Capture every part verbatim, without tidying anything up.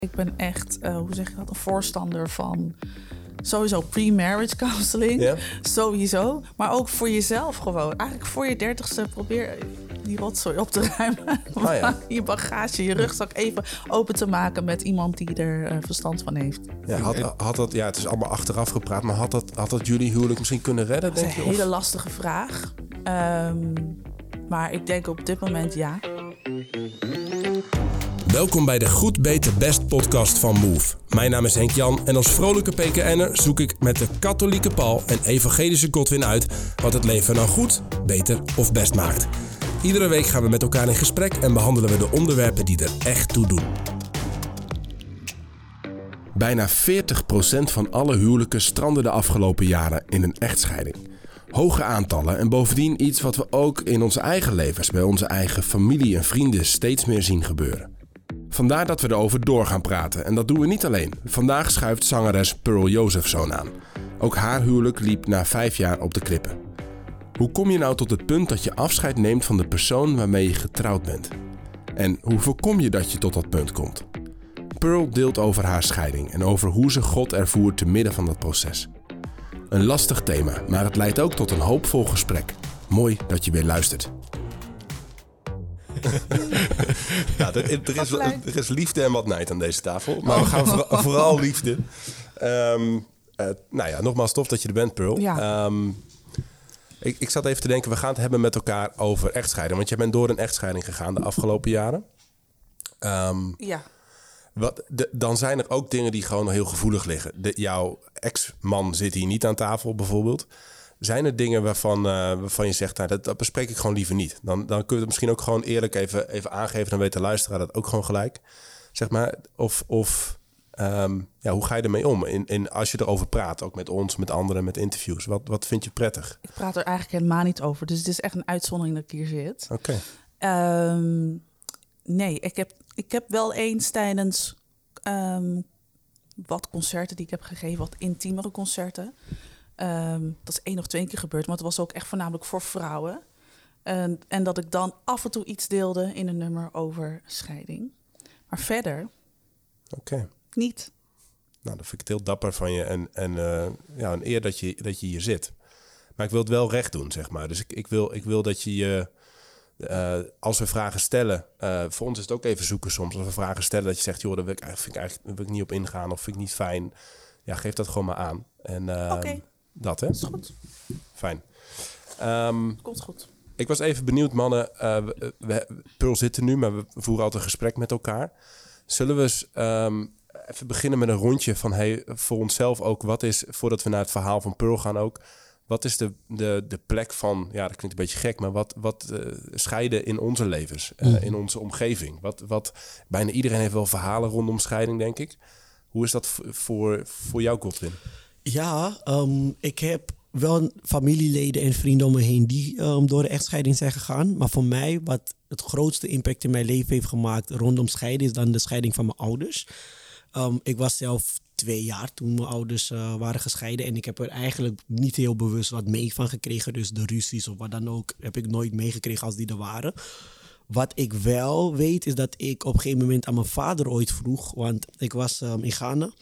Ik ben echt, uh, hoe zeg je dat, een voorstander van sowieso pre-marriage counseling. Ja. Sowieso. Maar ook voor jezelf gewoon. Eigenlijk voor je dertigste probeer die rotzooi op te ruimen. Ah, ja. Je bagage, je rugzak even open te maken met iemand die er uh, verstand van heeft. Ja, had, had dat, ja, het is allemaal achteraf gepraat, maar had dat, had dat jullie huwelijk misschien kunnen redden? Dat is denk een je, hele of? lastige vraag. Um, maar ik denk op dit moment ja. Welkom bij de Goed, Beter, Best podcast van Move. Mijn naam is Henk Jan en als vrolijke P K N'er zoek ik met de katholieke Paul en evangelische Godwin uit wat het leven nou goed, beter of best maakt. Iedere week gaan we met elkaar in gesprek en behandelen we de onderwerpen die er echt toe doen. Bijna veertig procent van alle huwelijken stranden de afgelopen jaren in een echtscheiding. Hoge aantallen en bovendien iets wat we ook in onze eigen levens, bij onze eigen familie en vrienden steeds meer zien gebeuren. Vandaar dat we erover door gaan praten en dat doen we niet alleen. Vandaag schuift zangeres Pearl Josephson aan. Ook haar huwelijk liep na vijf jaar op de klippen. Hoe kom je nou tot het punt dat je afscheid neemt van de persoon waarmee je getrouwd bent? En hoe voorkom je dat je tot dat punt komt? Pearl deelt over haar scheiding en over hoe ze God ervoert te midden van dat proces. Een lastig thema, maar het leidt ook tot een hoopvol gesprek. Mooi dat je weer luistert. Ja, er, er, is, er is liefde en wat nijd aan deze tafel. Maar we gaan voor, vooral liefde. Um, uh, nou ja, nogmaals tof dat je er bent, Pearl. Ja. Um, ik, ik zat even te denken, we gaan het hebben met elkaar over echtscheiding. Want jij bent door een echtscheiding gegaan de afgelopen jaren. Um, ja. Wat, de, dan zijn er ook dingen die gewoon heel gevoelig liggen. De, jouw ex-man zit hier niet aan tafel bijvoorbeeld. Zijn er dingen waarvan, uh, waarvan je zegt, nou, dat, dat bespreek ik gewoon liever niet. Dan, dan kun je het misschien ook gewoon eerlijk even, even aangeven. Dan weet de luisteraar dat ook gewoon gelijk. Zeg maar, of, of um, ja, hoe ga je ermee om? In, in, als je erover praat, ook met ons, met anderen, met interviews. Wat, wat vind je prettig? Ik praat er eigenlijk helemaal niet over. Dus het is echt een uitzondering dat ik hier zit. Oké. Okay. Um, nee, ik heb, ik heb wel eens tijdens um, wat concerten die ik heb gegeven, wat intiemere concerten. Um, dat is één of twee keer gebeurd, maar het was ook echt voornamelijk voor vrouwen. En, en dat ik dan af en toe iets deelde in een nummer over scheiding. Maar verder okay. niet. Nou, dat vind ik het heel dapper van je. En, en uh, ja, een eer dat je, dat je hier zit. Maar ik wil het wel recht doen, zeg maar. Dus ik, ik, wil, ik wil dat je je... Uh, als we vragen stellen... Uh, voor ons is het ook even zoeken soms. Als we vragen stellen dat je zegt... joh, daar wil ik, vind ik eigenlijk daar wil ik niet op ingaan... of vind ik niet fijn. Ja, geef dat gewoon maar aan. En, uh, Oké. Okay. Dat, hè? Dat is goed. Fijn. Um, Komt goed. Ik was even benieuwd, mannen. Uh, we, we, Pearl zit er nu, maar we voeren altijd een gesprek met elkaar. Zullen we eens um, even beginnen met een rondje van... Hey, voor onszelf ook, wat is... voordat we naar het verhaal van Pearl gaan ook... wat is de, de, de plek van... ja, dat klinkt een beetje gek... maar wat, wat uh, scheiden in onze levens, uh, mm. in onze omgeving? Wat, wat, bijna iedereen heeft wel verhalen rondom scheiding, denk ik. Hoe is dat v- voor, voor jou, Godwin? Ja, um, ik heb wel familieleden en vrienden om me heen die um, door de echtscheiding zijn gegaan. Maar voor mij, wat het grootste impact in mijn leven heeft gemaakt rondom scheiden, is dan de scheiding van mijn ouders. Um, ik was zelf twee jaar toen mijn ouders uh, waren gescheiden. En ik heb er eigenlijk niet heel bewust wat mee van gekregen. Dus de ruzies of wat dan ook heb ik nooit meegekregen als die er waren. Wat ik wel weet, is dat ik op een gegeven moment aan mijn vader ooit vroeg. Want ik was um, in Ghana.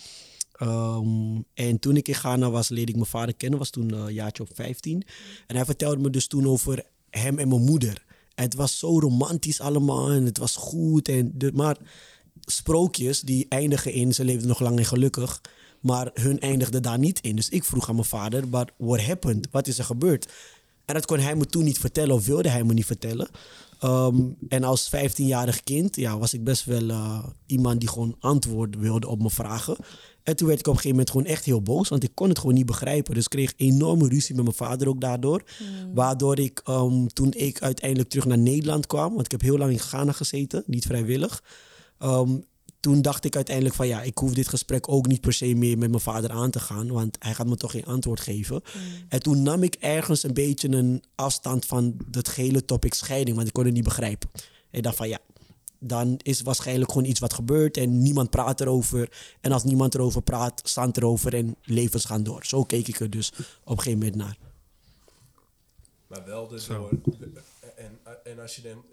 Um, en toen ik in Ghana was, leerde ik mijn vader kennen. Was toen een uh, jaartje op vijftien. En hij vertelde me dus toen over hem en mijn moeder. En het was zo romantisch allemaal. En het was goed. En de, maar sprookjes die eindigen in... Ze leefden nog lang en gelukkig. Maar hun eindigden daar niet in. Dus ik vroeg aan mijn vader, but what happened? Wat is er gebeurd? En dat kon hij me toen niet vertellen. Of wilde hij me niet vertellen. Um, en als vijftienjarig kind ja, was ik best wel uh, iemand die gewoon antwoord wilde op mijn vragen. En toen werd ik op een gegeven moment gewoon echt heel boos. Want ik kon het gewoon niet begrijpen. Dus ik kreeg enorme ruzie met mijn vader ook daardoor. Mm. Waardoor ik, um, toen ik uiteindelijk terug naar Nederland kwam... want ik heb heel lang in Ghana gezeten, niet vrijwillig... Um, toen dacht ik uiteindelijk van ja, ik hoef dit gesprek ook niet per se meer met mijn vader aan te gaan. Want hij gaat me toch geen antwoord geven. Mm. En toen nam ik ergens een beetje een afstand van het gehele topic scheiding. Want ik kon het niet begrijpen. En ik dacht van ja, dan is waarschijnlijk gewoon iets wat gebeurt. En niemand praat erover. En als niemand erover praat, staan het erover en levens gaan door. Zo keek ik er dus op een gegeven moment naar. Maar wel dus door... En, en als je dan...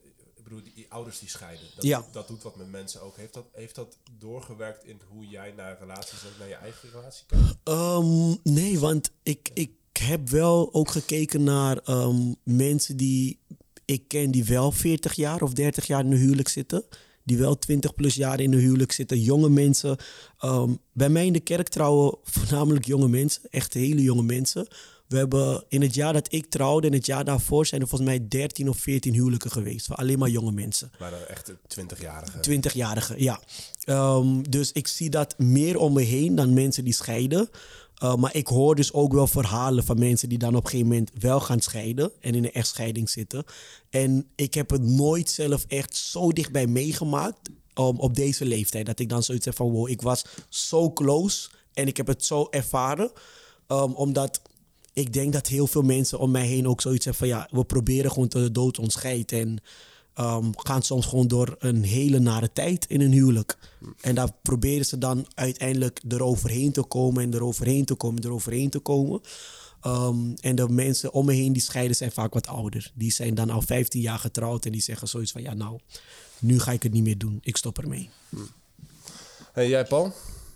bedoel, die ouders die scheiden. Dat, Ja. doet, dat doet wat met mensen ook. Heeft dat, heeft dat doorgewerkt in hoe jij naar relaties en naar je eigen relatie kijkt? Um, nee, want ik, ik heb wel ook gekeken naar um, mensen die ik ken die wel veertig jaar of dertig jaar in een huwelijk zitten. Die wel twintig plus jaar in een huwelijk zitten. Jonge mensen. Um, bij mij in de kerk trouwen voornamelijk jonge mensen. Echt hele jonge mensen. We hebben in het jaar dat ik trouwde en het jaar daarvoor zijn er volgens mij dertien of veertien huwelijken geweest. Van alleen maar jonge mensen. Maar dan echt twintigjarigen. twintigjarigen, ja. Um, dus ik zie dat meer om me heen dan mensen die scheiden. Uh, maar ik hoor dus ook wel verhalen van mensen die dan op een gegeven moment wel gaan scheiden en in een echtscheiding zitten. En ik heb het nooit zelf echt zo dichtbij meegemaakt um, op deze leeftijd. Dat ik dan zoiets heb van wow, ik was zo close en ik heb het zo ervaren. Um, omdat ik denk dat heel veel mensen om mij heen ook zoiets hebben van ja, we proberen gewoon te dood ons scheid en um, gaan soms gewoon door een hele nare tijd in een huwelijk. En daar proberen ze dan uiteindelijk eroverheen te komen en eroverheen te komen, eroverheen te komen. Um, en de mensen om me heen die scheiden zijn vaak wat ouder. Die zijn dan al vijftien jaar getrouwd en die zeggen zoiets van ja nou, nu ga ik het niet meer doen. Ik stop ermee. Hey, jij Paul?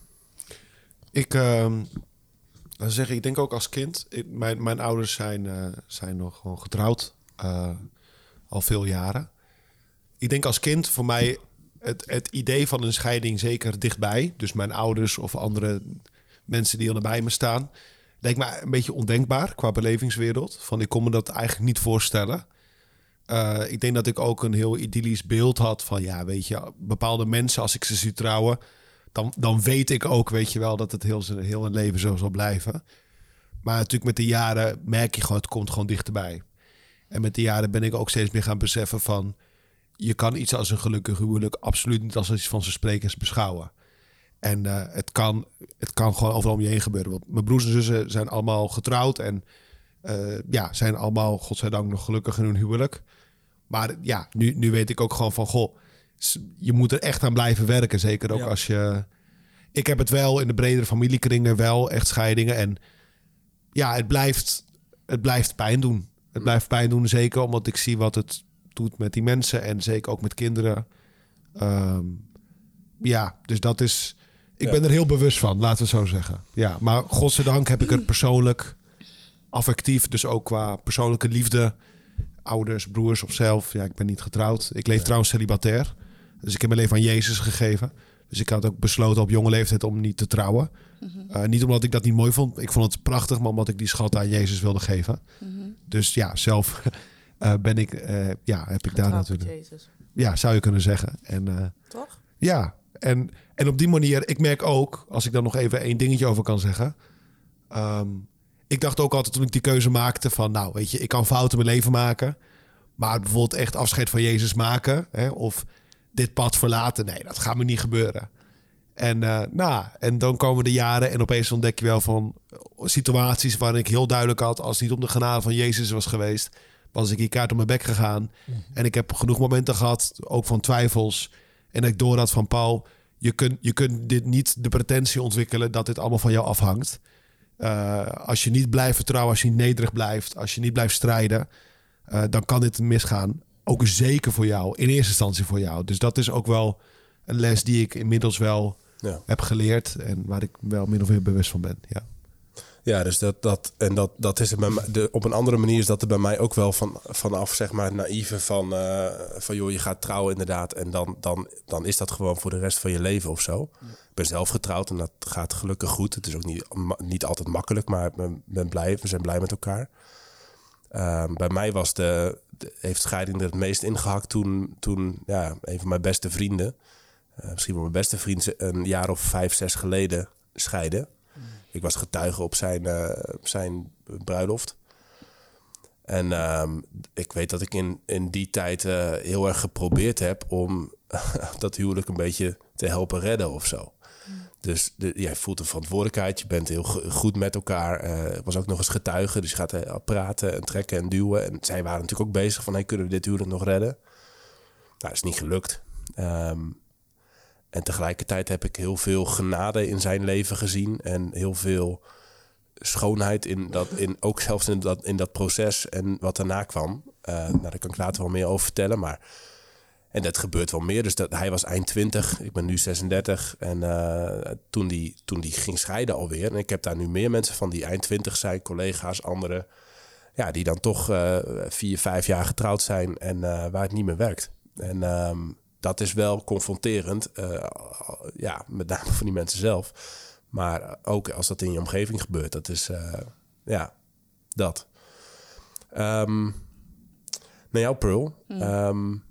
Ik, uh, zeg, ik denk ook als kind. Ik, mijn, mijn ouders zijn, uh, zijn nog gewoon getrouwd. Uh, al veel jaren. Ik denk als kind voor mij het, het idee van een scheiding zeker dichtbij. Dus mijn ouders of andere mensen die al nabij me staan. Leek me een beetje ondenkbaar qua belevingswereld. Van ik kon me dat eigenlijk niet voorstellen. Uh, ik denk dat ik ook een heel idyllisch beeld had van ja, weet je, bepaalde mensen als ik ze zie trouwen, dan, dan weet ik ook, weet je wel, dat het heel, heel een leven zo zal blijven. Maar natuurlijk met de jaren merk je gewoon, het komt gewoon dichterbij. En met de jaren ben ik ook steeds meer gaan beseffen van je kan iets als een gelukkig huwelijk absoluut niet als iets van zijn sprekers beschouwen. En uh, het, kan, het kan gewoon overal om je heen gebeuren. Want mijn broers en zussen zijn allemaal getrouwd en uh, ja, zijn allemaal, godzijdank, nog gelukkig in hun huwelijk. Maar ja, nu, nu weet ik ook gewoon van, goh, je moet er echt aan blijven werken. Zeker ook ja. als je... Ik heb het wel in de bredere familiekringen, wel echt scheidingen. En ja, het blijft, het blijft pijn doen. Het blijft pijn doen, zeker omdat ik zie wat het doet met die mensen. En zeker ook met kinderen. Um, ja, dus dat is... Ik ja. ben er heel bewust van, laten we zo zeggen. Ja, maar godzijdank heb ik er persoonlijk, affectief, dus ook qua persoonlijke liefde, ouders, broers of zelf. Ja, ik ben niet getrouwd. Ik leef ja. trouwens celibatair. Dus ik heb mijn leven aan Jezus gegeven. Dus ik had ook besloten op jonge leeftijd om niet te trouwen. Mm-hmm. Uh, niet omdat ik dat niet mooi vond. Ik vond het prachtig, maar omdat ik die schat aan Jezus wilde geven. Mm-hmm. Dus ja, zelf uh, ben ik, uh, ja, heb ik getrouwd daar natuurlijk. Jezus. Ja, zou je kunnen zeggen. En, uh, toch? Ja, en, en op die manier, ik merk ook, als ik dan nog even één dingetje over kan zeggen. Um, ik dacht ook altijd toen ik die keuze maakte van, nou weet je, ik kan fouten in mijn leven maken. Maar bijvoorbeeld echt afscheid van Jezus maken, hè, of dit pad verlaten, nee, dat gaat me niet gebeuren. En, uh, nou, en dan komen de jaren en opeens ontdek je wel van situaties waarin ik heel duidelijk had, als het niet om de genade van Jezus was geweest, was ik hier kaart op mijn bek gegaan. Mm. En ik heb genoeg momenten gehad, ook van twijfels. En dat ik door had van Paul, je kunt, je kunt dit niet de pretentie ontwikkelen dat dit allemaal van jou afhangt. Uh, als je niet blijft vertrouwen, als je niet nederig blijft, als je niet blijft strijden, uh, dan kan dit misgaan. Ook zeker voor jou, in eerste instantie voor jou. Dus dat is ook wel een les die ik inmiddels wel ja. heb geleerd en waar ik wel min of meer bewust van ben. Ja, ja dus dat, dat, en dat, dat is het bij mij, de, op een andere manier is dat er bij mij ook wel van, vanaf, zeg maar, naïeve van, uh, van joh, je gaat trouwen inderdaad en dan, dan, dan is dat gewoon voor de rest van je leven of zo. Ja. Ik ben zelf getrouwd en dat gaat gelukkig goed. Het is ook niet, niet altijd makkelijk, maar ik ben, ben blij, we zijn blij met elkaar. Uh, bij mij was de, de, heeft scheiding er het meest ingehakt toen, toen ja, een van mijn beste vrienden, uh, misschien wel mijn beste vriend, een jaar of vijf, zes geleden scheidde. Mm. Ik was getuige op zijn, uh, zijn bruiloft. En uh, ik weet dat ik in, in die tijd uh, heel erg geprobeerd heb om dat huwelijk een beetje te helpen redden of zo. Dus de, jij voelt een verantwoordelijkheid. Je bent heel goed met elkaar. Uh, was ook nog eens getuige. Dus je gaat uh, praten en trekken en duwen. En zij waren natuurlijk ook bezig van, hey, kunnen we dit huwelijk nog redden? Nou, dat is niet gelukt. Um, en tegelijkertijd heb ik heel veel genade in zijn leven gezien. En heel veel schoonheid in dat, in, ook zelfs in dat, in dat proces en wat daarna kwam. Uh, nou, daar kan ik later wel meer over vertellen. Maar En dat gebeurt wel meer. Dus dat, hij was eind twintig, ik ben nu zesendertig. En uh, toen, die, toen die ging scheiden alweer. En ik heb daar nu meer mensen van die eind twintig zijn, collega's, anderen. Ja, die dan toch uh, vier, vijf jaar getrouwd zijn en uh, waar het niet meer werkt. En um, dat is wel confronterend. Uh, ja, met name voor die mensen zelf. Maar ook als dat in je omgeving gebeurt. Dat is, uh, ja, dat. Um, naar jou, Pearl. Mm. Um,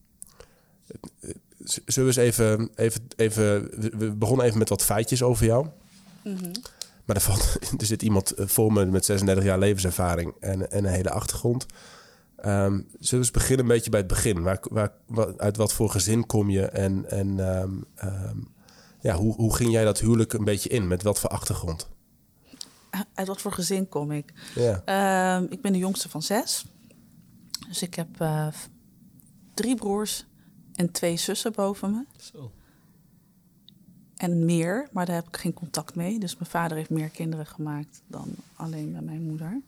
zullen we eens even, even, even... We begonnen even met wat feitjes over jou. Mm-hmm. Maar er, valt, er zit iemand voor me met zesendertig jaar levenservaring en, en een hele achtergrond. Um, zullen we eens beginnen een beetje bij het begin? Waar, waar, wat, uit wat voor gezin kom je? En, en um, um, ja, hoe, hoe ging jij dat huwelijk een beetje in? Met wat voor achtergrond? Uit wat voor gezin kom ik? Ja. Um, ik ben de jongste van zes. Dus ik heb uh, drie broers en twee zussen boven me. Zo. En meer, maar daar heb ik geen contact mee. Dus mijn vader heeft meer kinderen gemaakt dan alleen bij mijn moeder.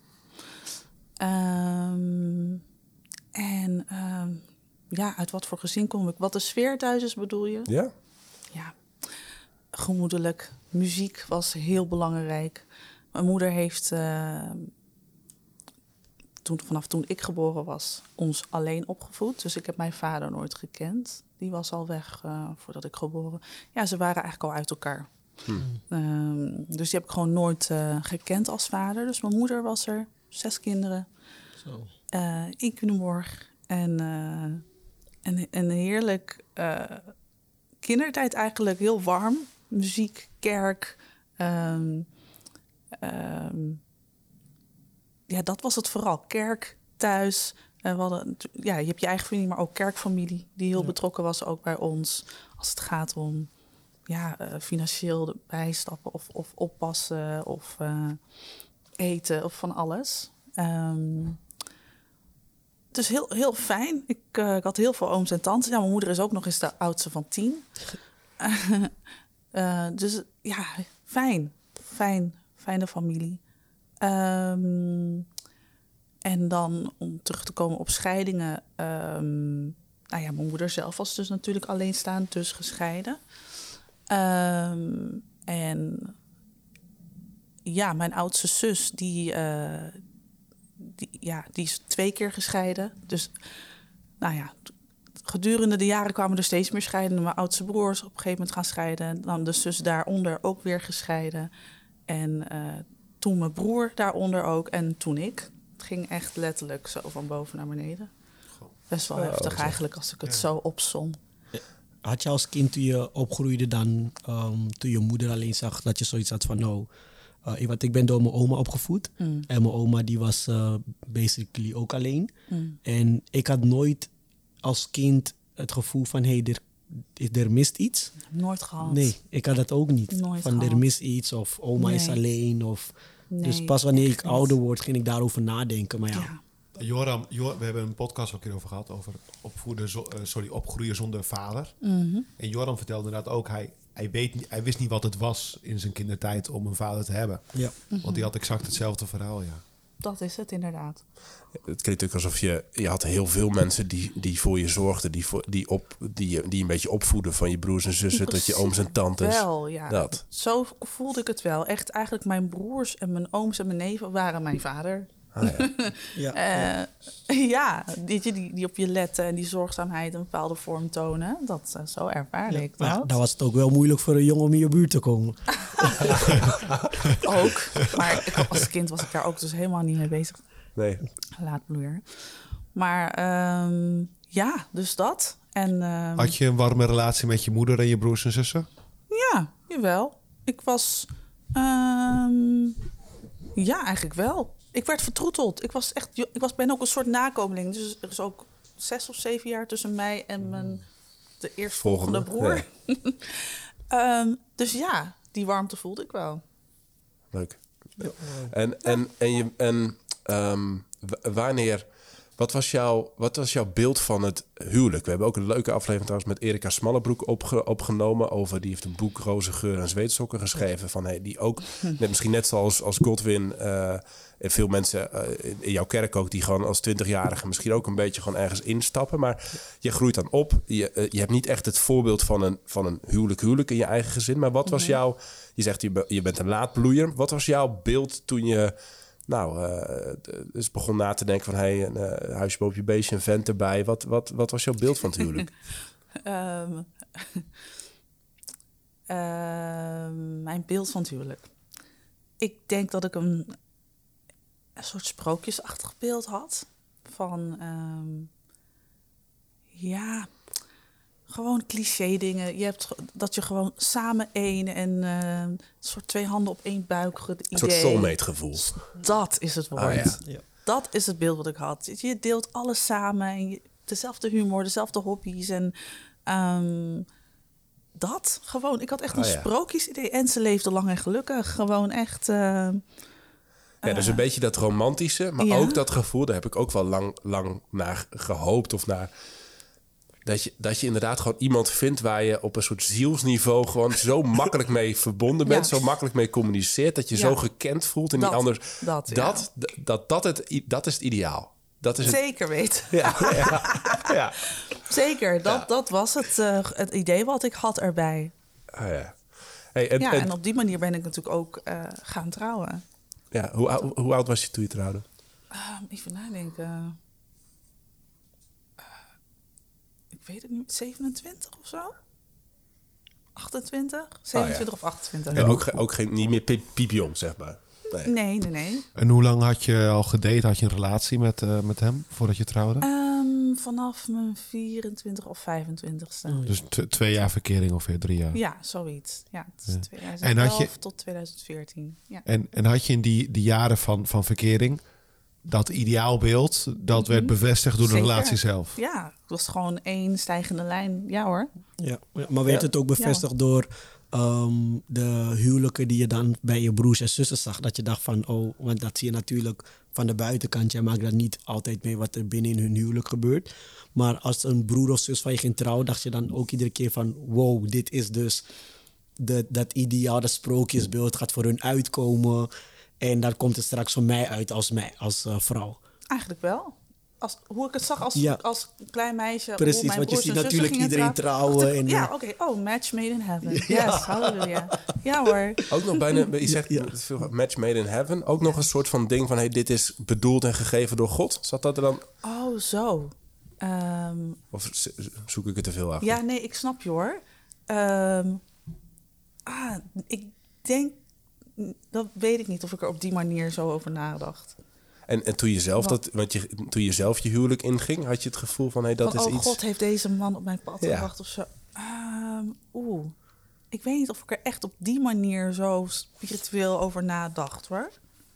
Um, en um, ja, uit wat voor gezin kom ik? Wat de sfeer thuis is, bedoel je? Ja. Ja, gemoedelijk. Muziek was heel belangrijk. Mijn moeder heeft, uh, toen, vanaf toen ik geboren was, ons alleen opgevoed. Dus ik heb mijn vader nooit gekend. Die was al weg uh, voordat ik geboren. Ja, ze waren eigenlijk al uit elkaar. Hmm. Um, dus die heb ik gewoon nooit uh, gekend als vader. Dus mijn moeder was er, zes kinderen. Zo. Uh, in Culemborg. En, uh, en, en heerlijk uh, kindertijd eigenlijk, heel warm. Muziek, kerk. Um, um, ja, dat was het vooral. Kerk, thuis. Uh, we hadden, ja, je hebt je eigen familie, maar ook kerkfamilie die heel ja. betrokken was ook bij ons. Als het gaat om ja, uh, financieel bijstappen of, of oppassen of uh, eten of van alles. Um, dus heel, heel fijn. Ik, uh, ik had heel veel ooms en tantes. Ja, mijn moeder is ook nog eens de oudste van tien. uh, uh, dus ja, fijn. Fijn. Fijne familie. Um, En dan om terug te komen op scheidingen. Um, nou ja, mijn moeder zelf was dus natuurlijk alleenstaand, dus gescheiden. Um, en ja, mijn oudste zus, die, uh, die, ja, die is twee keer gescheiden. Dus nou ja, gedurende de jaren kwamen er steeds meer scheiden. Mijn oudste broers op een gegeven moment gaan scheiden. En dan de zus daaronder ook weer gescheiden. En uh, toen mijn broer daaronder ook. En toen ik. Het ging echt letterlijk zo van boven naar beneden. Best wel oh, heftig oh, eigenlijk als ik het ja. zo opsom. Had je als kind toen je opgroeide dan, um, toen je moeder alleen zag, dat je zoiets had van nou, uh, want ik ben door mijn oma opgevoed. Mm. En mijn oma die was uh, basically ook alleen. Mm. En ik had nooit als kind het gevoel van hé, hey, er, er mist iets. Nooit gehad. Nee, ik had dat ook niet. Nooit van gehad. Er mist iets of oma nee. is alleen of... Nee, dus pas wanneer ik niet. ouder word, ging ik daarover nadenken. Maar ja. ja. Joram, Jor, we hebben een podcast ook hierover gehad. Over opvoeden, zo, uh, sorry, opgroeien zonder vader. Mm-hmm. En Joram vertelde inderdaad ook... Hij, hij, weet niet, hij wist niet wat het was in zijn kindertijd om een vader te hebben. Ja. Mm-hmm. Want die had exact hetzelfde verhaal, ja. Dat is het inderdaad. Het klinkt ook alsof je... Je had heel veel mensen die, die voor je zorgden. Die, voor, die, op, die, die een beetje opvoeden. Van je broers en zussen tot je ooms en tantes. Wel, ja. Dat. Zo voelde ik het wel. Echt eigenlijk mijn broers en mijn ooms en mijn neven waren mijn vader. Ah, ja. ja. uh, ja, die, die, die op je letten en die zorgzaamheid een bepaalde vorm tonen. Dat, uh, zo ervaarde ja, ik dat. Ja, dan was het ook wel moeilijk voor een jongen om in je buurt te komen. Ook. Maar ik, als kind was ik daar ook dus helemaal niet mee bezig. Nee. Laatbloeier. Maar um, ja, dus dat. En, um, had je een warme relatie met je moeder en je broers en zussen? Ja, jawel. Ik was... Um, ja, eigenlijk wel. Ik werd vertroeteld. Ik was echt, ik was, ben ook een soort nakomeling. Dus er is ook zes of zeven jaar tussen mij en mijn de eerstvolgende broer. Ja. um, dus ja, die warmte voelde ik wel. Leuk. Ja. En, en, en, je, en um, w- wanneer... Wat was, jouw, wat was jouw beeld van het huwelijk? We hebben ook een leuke aflevering trouwens met Erika Smallebroek opge, opgenomen. Over, die heeft een boek Roze Geur en Zweetsokken geschreven. Van, hey, die ook, net, misschien net zoals als Godwin... Uh, en veel mensen uh, in jouw kerk ook... die gewoon als twintigjarige misschien ook een beetje gewoon ergens instappen. Maar je groeit dan op. Je, uh, je hebt niet echt het voorbeeld van een, van een huwelijk huwelijk in je eigen gezin. Maar wat was Nee. jouw... Je zegt, je, be, je bent een laadbloeier. Wat was jouw beeld toen je... Nou, uh, dus begon na te denken van... hey, een uh, huisje boven je beestje, een vent erbij. Wat, wat, wat was jouw beeld van het huwelijk? um, uh, mijn beeld van het huwelijk. Ik denk dat ik een, een soort sprookjesachtig beeld had. Van, um, ja... Gewoon cliché dingen. Je hebt dat je gewoon samen één en uh, een soort twee handen op één buik idee. Een soort soulmate gevoel. Dat is het woord. Ah, ja. Ja. Dat is het beeld wat ik had. Je deelt alles samen en je, dezelfde humor, dezelfde hobby's en um, dat gewoon. Ik had echt Ah, een ja. sprookjesidee en ze leefde lang en gelukkig. Gewoon echt. Uh, Ja, dus een beetje dat romantische, maar ja. ook dat gevoel, daar heb ik ook wel lang, lang naar gehoopt of naar... Dat je, dat je inderdaad gewoon iemand vindt waar je op een soort zielsniveau gewoon zo makkelijk mee verbonden bent, Ja. zo makkelijk mee communiceert, dat je Ja. zo gekend voelt en Dat, niet anders. dat, ja. dat, d- dat, dat, het, i- dat is het ideaal. Dat is het. Zeker weten. Ja, ja, ja. Zeker, dat, Ja. dat was het, uh, het idee wat ik had erbij. Ah, ja. Hey, en, Ja, en, en op die manier ben ik natuurlijk ook uh, gaan trouwen. ja, hoe, hoe, hoe oud was je toen je trouwde? Um, even nadenken. Uh, ik weet het niet, zevenentwintig of zo? achtentwintig? zevenentwintig of achtentwintig. En ook, ge- ook geen, niet meer piep- piepjong, zeg maar. Nee. Nee, nee, nee. En hoe lang had je al gedate? Had je een relatie met, uh, met hem voordat je trouwde? Um, vanaf mijn vierentwintig of vijfentwintigste. Oh, ja. Dus t- twee jaar verkering ongeveer, drie jaar. Ja, zoiets. Ja, het is Ja. tweeduizend elf En had je- tot tweeduizend veertien. Ja. En, en had je in die, die jaren van, van verkering dat ideaalbeeld, dat werd bevestigd door de Zeker. relatie zelf? Ja, het was gewoon één stijgende lijn. Ja hoor. Ja, ja, maar werd Ja. het ook bevestigd door um, de huwelijken die je dan bij je broers en zussen zag? Dat je dacht van, oh, want dat zie je natuurlijk van de buitenkant. Jij maakt dat niet altijd mee wat er binnen in hun huwelijk gebeurt. Maar als een broer of zus van je ging trouwen, dacht je dan ook iedere keer van, wow, dit is dus de, dat ideaal, dat sprookjesbeeld gaat voor hun uitkomen. En daar komt het straks voor mij uit als, mij, als uh, vrouw. Eigenlijk wel. Als, hoe ik het zag als, Ja. als klein meisje. Precies, hoe mijn want je broers ziet en zussen natuurlijk gingen iedereen trouwen dacht ik, en, ja, uh, oké. Okay. Oh, match made in heaven. Yes, halleluja. Ja hoor. Ook nog bijna, je zegt Ja. veel match made in heaven. Ook nog een soort van ding van, hey, dit is bedoeld en gegeven door God. Zat dat er dan? Oh, zo. Um, Of z- zoek ik het te veel achter? ja, nee, ik snap je hoor. Um, ah, ik denk... Dat weet ik niet of ik er op die manier zo over nadacht. En, en toen je zelf Wat? dat, want je, toen je zelf je huwelijk inging, had je het gevoel van, hey, dat Van, is oh, iets. God heeft deze man op mijn pad Ja. gebracht of zo. Um, Oeh. Ik weet niet of ik er echt op die manier zo spiritueel over nadacht, hoor.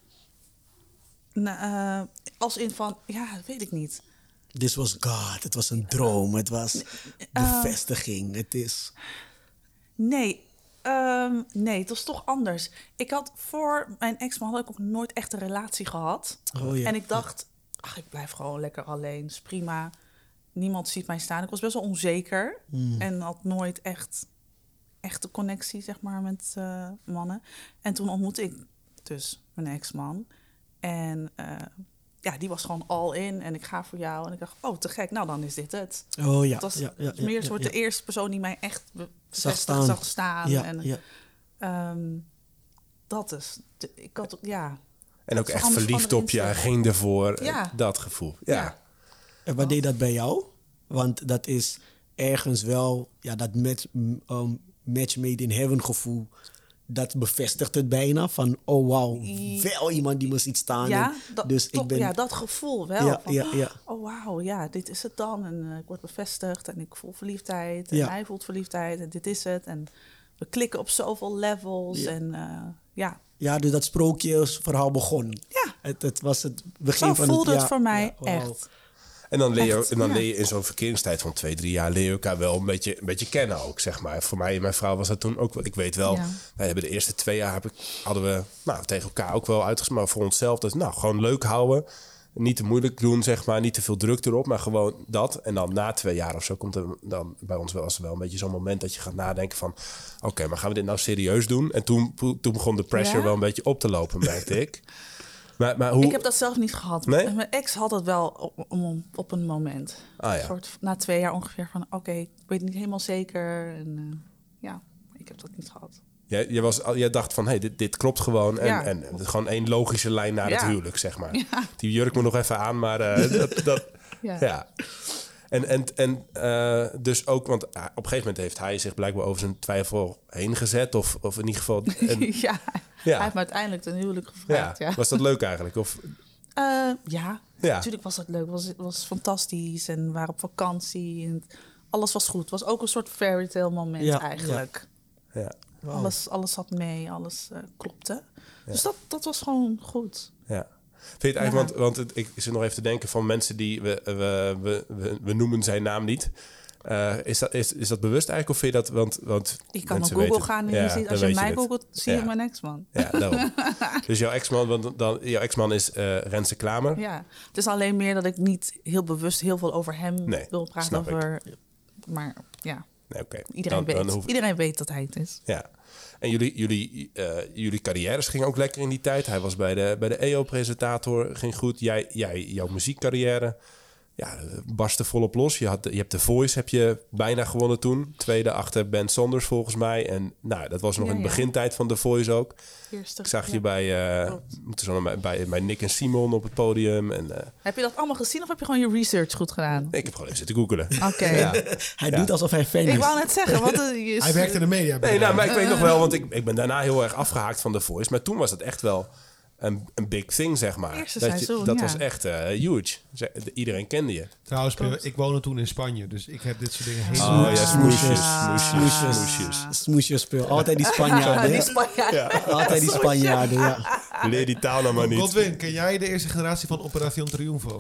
Nou, uh, als in van, ja, dat weet ik niet. This was God, het was een droom, het was bevestiging, het is... Nee, um, nee, het was toch anders. Ik had voor mijn ex-man had ik ook nooit echt een relatie gehad. Oh, ja. En ik dacht, ach, ik blijf gewoon lekker alleen, is prima. Niemand ziet mij staan. Ik was best wel onzeker Mm. en had nooit echt echte connectie, zeg maar, met uh, mannen. En toen ontmoette ik dus mijn ex-man. En uh, ja, die was gewoon all in en ik ga voor jou. En ik dacht, oh, te gek, nou dan is dit het. Oh ja, Het was ja, ja, meer ja, een soort ja. de eerste persoon die mij echt be- Zag bevestigd staan. zag staan. Ja, en, ja. um, dat is, de- ik had, ja. En ook Het is echt anders verliefd van op je, erin ging ervoor. Ja. eh, Dat gevoel. Ja. Ja. En wat deed dat bij jou? Want dat is ergens wel, ja, dat match, um, match made in heaven gevoel, dat bevestigt het bijna van, oh wauw, wel iemand die me ziet staan. Ja, En dat, dus toch, ik ben, ja, dat gevoel wel. Ja, van, ja, ja. Oh, wauw, ja, dit is het dan. En uh, ik word bevestigd en ik voel verliefdheid. En Ja. hij voelt verliefdheid en dit is het. En we klikken op zoveel levels. Ja. En uh, ja, ja, dus dat sprookjesverhaal begon. ja, Het, het was het begin zo van voelde het, het ja, voor mij ja, wauw. echt. En dan leer je, Echt, en dan ja. leer je in zo'n verkeringstijd van twee, drie jaar... leer je elkaar wel een beetje, een beetje kennen ook, zeg maar. Voor mij en mijn vrouw was dat toen ook wel. Ik weet wel, Ja. wij hebben de eerste twee jaar... Heb ik, hadden we nou, tegen elkaar ook wel uitgesproken... maar voor onszelf, dus nou, gewoon leuk houden. niet te moeilijk doen, zeg maar. Niet te veel druk erop, maar gewoon dat. En dan na twee jaar of zo komt er dan bij ons wel, als wel een beetje zo'n moment dat je gaat nadenken van... Oké, okay, maar gaan we dit nou serieus doen? En toen, toen begon de pressure ja? wel een beetje op te lopen, merkte ik. Maar, maar hoe... Ik heb dat zelf niet gehad. Nee? Mijn ex had het wel op, op, op een moment. Ah, ja. Een soort, na twee jaar ongeveer van... Oké, okay, ik weet niet helemaal zeker. En uh, ja, ik heb dat niet gehad. Jij, jij, was, jij dacht van, hé, hey, dit, dit klopt gewoon. En, ja. en, en gewoon één logische lijn naar ja. het huwelijk, zeg maar. Ja. Die jurk moet nog even aan, maar uh, dat... dat ja. ja. En, en, en uh, dus ook, want uh, op een gegeven moment heeft hij zich blijkbaar over zijn twijfel heen gezet. Of, of in ieder geval... Een, ja, ja, hij heeft me uiteindelijk ten huwelijk gevraagd. Ja. Ja. Was dat leuk eigenlijk? Of... Uh, ja, ja, natuurlijk was dat leuk. Het was, was fantastisch en we waren op vakantie. En alles was goed. Het was ook een soort fairy tale moment ja. eigenlijk. Ja. ja. Wow. Alles, alles zat mee, alles uh, klopte. Ja. Dus dat, dat was gewoon goed. Ja. Vind je het eigenlijk, ja. want, want het, ik zit nog even te denken van mensen die... We, we, we, we, we noemen zijn naam niet. Uh, is, dat, is, is dat bewust eigenlijk? Of vind je dat... Want, want ik kan op Google weten, gaan en ja, je ziet, als je mij je googelt, zie je ja. mijn ex-man. Ja, daarom. Dus jouw ex-man, want dan, jouw ex-man is uh, Renze Klamer. Ja, het is alleen meer dat ik niet heel bewust heel veel over hem nee, wil praten. Over, maar ja, nee, okay. iedereen, dan, weet, dan hoef... iedereen weet dat hij het is. Ja. En jullie, jullie, uh, jullie carrières gingen ook lekker in die tijd. Hij was bij de, bij de E O-presentator, ging goed. Jij, jij, jouw muziekcarrière ja, barstte volop los. Je, had, je hebt The Voice heb je bijna gewonnen toen. Tweede achter Ben Sanders volgens mij. En nou, dat was nog ja, in de begintijd ja. van The Voice ook. Eerste, ik zag je ja. bij, uh, zo bij, bij, bij Nick en Simon op het podium. En, uh, heb je dat allemaal gezien of heb je gewoon je research goed gedaan? Nee, ik heb gewoon even zitten googelen. Oké. Okay. Ja. Hij ja. doet alsof hij fan is. Ik wou net zeggen. Wat uh, hij werkt in de media. Nee, nou, maar ik weet nog wel, want ik, ik ben daarna heel erg afgehaakt van The Voice. Maar toen was het echt wel... Een, een big thing, zeg maar. Eerste dat seizoen, je, dat ja. was echt uh, huge. Iedereen kende je. Trouwens, Klopt. ik woonde toen in Spanje, dus ik heb dit soort dingen heel... Oh ja, smoesjes. Smoesjes. Smoesjes. Smoesjes speel. Altijd die Spanjaarden. die Spanjaarden. Ja. Altijd die Spanjaarden, ja. Leer die taal nou maar niet. Godwin, ken jij de eerste generatie van Operación Triunfo?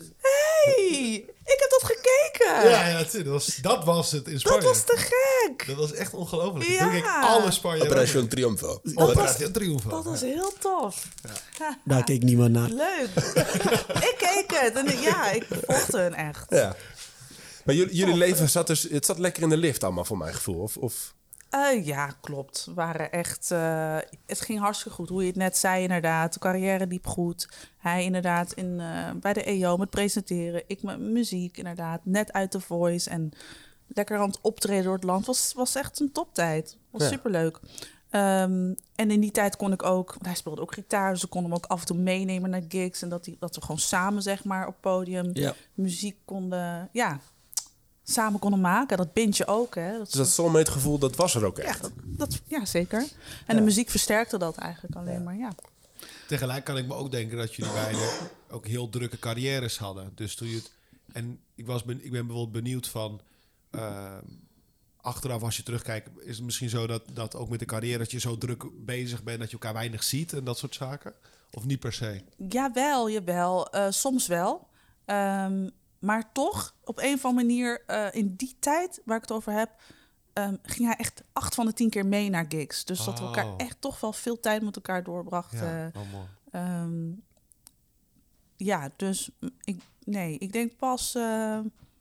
Hey, ik heb dat gekeken. Ja, ja dat, was, dat was het in Spanje. Dat was te gek. Dat was echt ongelooflijk. Ja. Ik alle Spanje. Operación Triunfo. Operación Triunfo. Dat was heel tof. Ja. Daar keek niemand naar. Leuk. Ik keek het. En ja, ik volgde hen echt. Ja. Maar jullie, jullie leven zat dus... Het zat lekker in de lift allemaal, voor mijn gevoel. Of... of... Uh, ja, klopt. We waren echt, uh, het ging hartstikke goed. Hoe je het net zei, inderdaad. De carrière liep goed. Hij inderdaad in, uh, bij de E O met presenteren. Ik met muziek, inderdaad. Net uit The Voice. En lekker aan het optreden door het land. Was, was echt een toptijd. Was ja. superleuk. Um, en in die tijd kon ik ook... Hij speelde ook gitaar, dus ik kon hem ook af en toe meenemen naar gigs. En dat, die, dat we gewoon samen, zeg maar, op podium ja. muziek konden... Ja, samen konden maken. Dat bind je ook, hè. Dat dus dat soulmate gevoel, dat was er ook echt? Ja, dat, dat, ja zeker. En ja. de muziek versterkte dat eigenlijk alleen ja. maar, ja. Tegelijk kan ik me ook denken dat jullie beiden ook heel drukke carrières hadden. Dus toen je het... En ik, was ben, ik ben bijvoorbeeld benieuwd van... Uh, achteraf, als je terugkijkt, is het misschien zo dat, dat ook met de carrière... dat je zo druk bezig bent dat je elkaar weinig ziet en dat soort zaken? Of niet per se? Jawel, jawel. Uh, soms wel. Um, maar toch, op een of andere manier, uh, in die tijd waar ik het over heb... Um, ging hij echt acht van de tien keer mee naar gigs. Dus oh. dat we elkaar echt toch wel veel tijd met elkaar doorbrachten. Ja, oh, mooi. Um, ja, dus ik, nee, ik denk pas... Uh,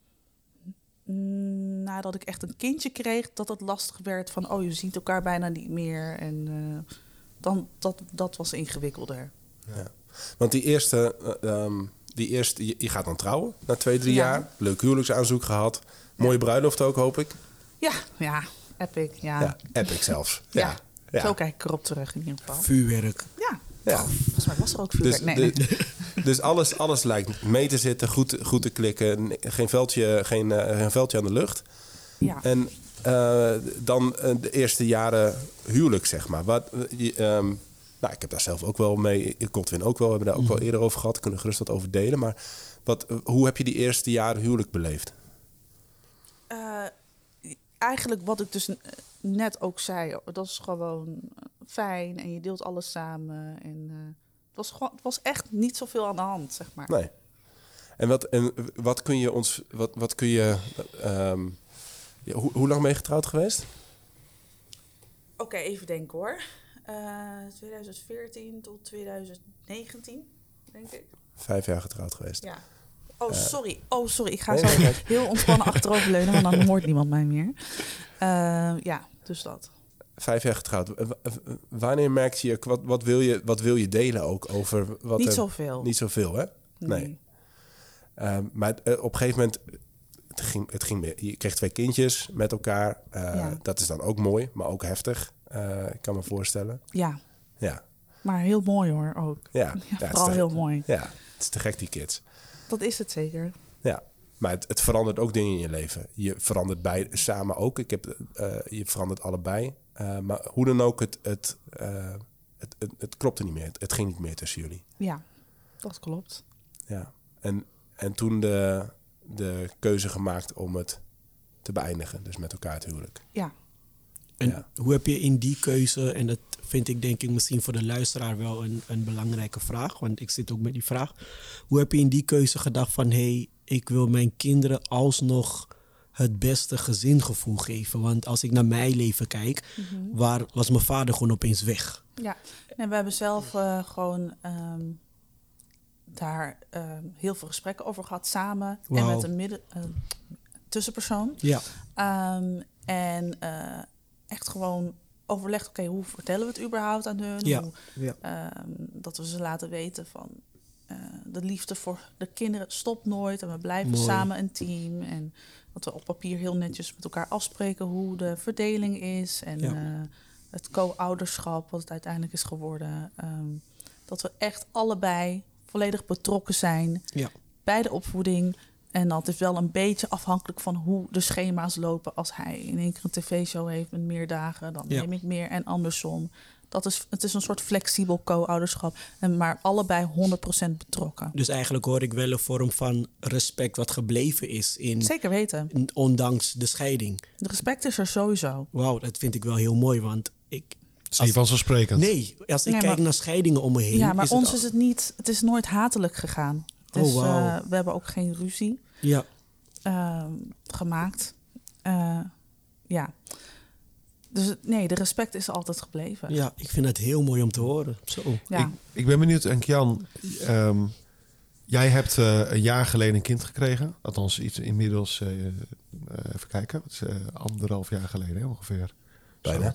nadat ik echt een kindje kreeg, dat het lastig werd van... oh, je ziet elkaar bijna niet meer. En uh, dan, dat, dat was ingewikkelder. Ja. Want die eerste, uh, um, die eerste je, je gaat dan trouwen na twee, drie ja. jaar. Leuk huwelijksaanzoek gehad. Mooie ja. bruiloft ook, hoop ik. Ja, ja, epic, ja. Ja, epic zelfs. Ja. ja. ja, zo kijk ik erop terug in ieder geval. Vuurwerk. Ja, ja. Oh, volgens mij was er ook vuurwerk. Dus, nee, de, nee. dus alles, alles lijkt mee te zitten, goed, goed te klikken. Geen veldje, geen, uh, geen veldje aan de lucht. Ja. En uh, dan uh, de eerste jaren huwelijk, zeg maar. Wat, uh, um, nou, ik heb daar zelf ook wel mee, Godwin ook wel, we hebben daar ook mm. wel eerder over gehad. Kunnen gerust wat over delen. Maar wat, uh, hoe heb je die eerste jaren huwelijk beleefd? Uh, eigenlijk wat ik dus net ook zei, dat is gewoon fijn en je deelt alles samen. En uh, het, was gewoon, het was echt niet zoveel aan de hand, zeg maar. Nee. En wat, en wat kun je ons, wat, wat kun je, um, ja, hoe, hoe lang ben je getrouwd geweest? Oké, okay, even denken hoor. Uh, twintig veertien tot twintig negentien denk ik. Vijf jaar getrouwd geweest. Ja. Oh, sorry. Oh, sorry. Ik ga Nee, zo nee, nee. heel ontspannen achteroverleunen, want dan hoort niemand mij meer. Uh, ja, dus dat. Vijf jaar getrouwd. W- w- wanneer merkte je, wat, wat, wil je, wat wil je delen ook over... Wat Niet er, zoveel. Niet zoveel, hè? Nee. Nee. Um, maar uh, op een gegeven moment... Het ging, het ging meer. Je kreeg twee kindjes met elkaar. Uh, Ja. Dat is dan ook mooi, maar ook heftig. Uh, ik kan me voorstellen. Ja, Ja. maar heel mooi hoor ook. Ja, Ja, ja, het is vooral te- heel mooi. Ja, het is te gek, die kids. Dat is het zeker. Ja, maar het, het verandert ook dingen in je leven. Je verandert bij, samen ook. Ik heb, uh, je verandert allebei. Uh, maar hoe dan ook, het, het, uh, het, het, het klopte niet meer. Het, het ging niet meer tussen jullie. Ja, dat klopt. Ja. En, en toen de, de keuze gemaakt om het te beëindigen. Dus met elkaar het huwelijk. Ja. En Ja. hoe heb je in die keuze, en dat vind ik denk ik misschien voor de luisteraar wel een, een belangrijke vraag, want ik zit ook met die vraag. Hoe heb je in die keuze gedacht van, hé, hey, ik wil mijn kinderen alsnog het beste gezingevoel geven? Want als ik naar mijn leven kijk, mm-hmm. waar was mijn vader gewoon opeens weg. Ja, en we hebben zelf uh, gewoon um, daar uh, heel veel gesprekken over gehad samen. Wow. En met een midden, uh, tussenpersoon. Ja. Um, en uh, echt gewoon overlegd, oké, okay, hoe vertellen we het überhaupt aan hun? Ja. Hoe, ja. Um, dat we ze laten weten van uh, de liefde voor de kinderen stopt nooit. En we blijven Mooi. samen een team. En dat we op papier heel netjes met elkaar afspreken hoe de verdeling is. En ja. uh, het co-ouderschap, wat het uiteindelijk is geworden. Um, dat we echt allebei volledig betrokken zijn ja. bij de opvoeding. En dat is wel een beetje afhankelijk van hoe de schema's lopen. Als hij in één keer een tv-show heeft met meer dagen, dan ja. neem ik meer en andersom. Dat is, het is een soort flexibel co-ouderschap. En maar allebei honderd procent betrokken. Dus eigenlijk hoor ik wel een vorm van respect wat gebleven is. In, Zeker weten. Ondanks de scheiding. De respect is er sowieso. Wauw, dat vind ik wel heel mooi, want ik... Het is niet vanzelfsprekend. Nee, als ik nee, kijk maar, naar scheidingen om me heen... Ja, maar is ons het is het niet... Het is nooit hatelijk gegaan. Dus oh, wow. uh, we hebben ook geen ruzie ja. uh, gemaakt. Uh, ja. Dus nee, de respect is altijd gebleven. Ja, ik vind het heel mooi om te horen. Zo. Ja. Ik, ik ben benieuwd, Enk-Jan. Um, jij hebt uh, een jaar geleden een kind gekregen. Althans, iets inmiddels... Uh, uh, even kijken. Het is uh, anderhalf jaar geleden hè, ongeveer. Bijna.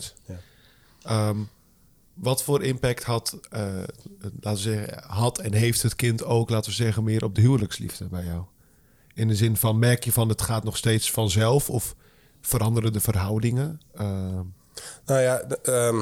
Ja. Um, wat voor impact had, uh, laten we zeggen, had en heeft het kind ook, laten we zeggen, meer op de huwelijksliefde bij jou? In de zin van, merk je van het gaat nog steeds vanzelf of veranderen de verhoudingen? Uh... Nou ja, de, um,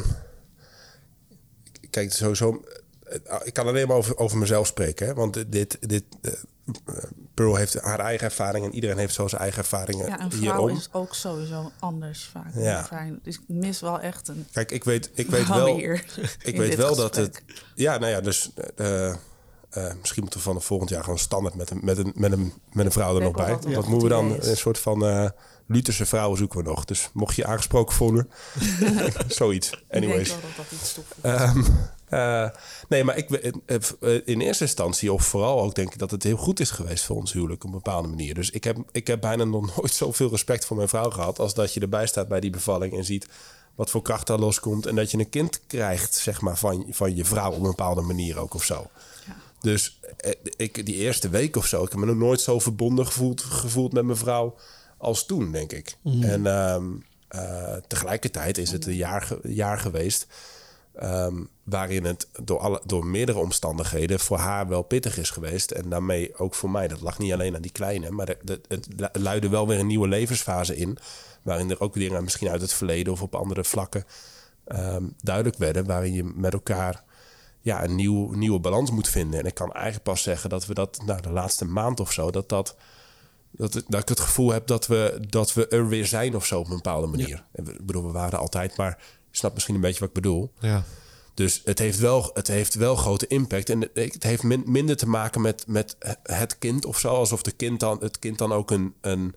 kijk, sowieso, ik kan alleen maar over, over mezelf spreken. Hè? Want dit, dit uh, Pearl heeft haar eigen ervaring en iedereen heeft zo zijn eigen ervaringen. Ja, een vrouw hierom. is ook sowieso anders vaak. Ja. Dus ik mis wel echt een... Kijk, ik weet, ik weet wel, ik weet wel dat het... Ja, nou ja, dus... Uh, uh, misschien moeten we van het volgend jaar gewoon standaard met een, met een, met een, met een vrouw er nog bij. Wat, wat moeten we dan? Een soort van uh, Lutherse vrouwen zoeken we nog. Dus mocht je je aangesproken voelen, zoiets. Anyways. Ik denk wel dat dat iets toevoegt. Um, uh, nee, maar ik, in eerste instantie, of vooral ook denk ik dat het heel goed is geweest voor ons huwelijk op een bepaalde manier. Dus ik heb, ik heb bijna nog nooit zoveel respect voor mijn vrouw gehad als dat je erbij staat bij die bevalling en ziet wat voor kracht daar loskomt en dat je een kind krijgt, zeg maar, van, van je vrouw op een bepaalde manier ook of zo. Ja. Dus ik, die eerste week of zo, ik heb me nog nooit zo verbonden gevoeld, gevoeld met mijn vrouw als toen, denk ik. Mm. En um, uh, tegelijkertijd is het een jaar, jaar geweest um, waarin het door, alle, door meerdere omstandigheden voor haar wel pittig is geweest. En daarmee ook voor mij. Dat lag niet alleen aan die kleine, maar de, de, het luidde wel weer een nieuwe levensfase in, waarin er ook dingen misschien uit het verleden of op andere vlakken um, duidelijk werden, waarin je met elkaar ja, een nieuw, nieuwe balans moet vinden. En ik kan eigenlijk pas zeggen dat we dat nou, de laatste maand of zo, dat dat, dat, dat ik het gevoel heb dat we, dat we er weer zijn of zo op een bepaalde manier. Ja. Ik bedoel, we waren er altijd, maar je snapt misschien een beetje wat ik bedoel. Ja. Dus het heeft wel, het heeft wel grote impact. En het heeft min, minder te maken met, met het kind of zo. Alsof de kind dan, het kind dan ook een, een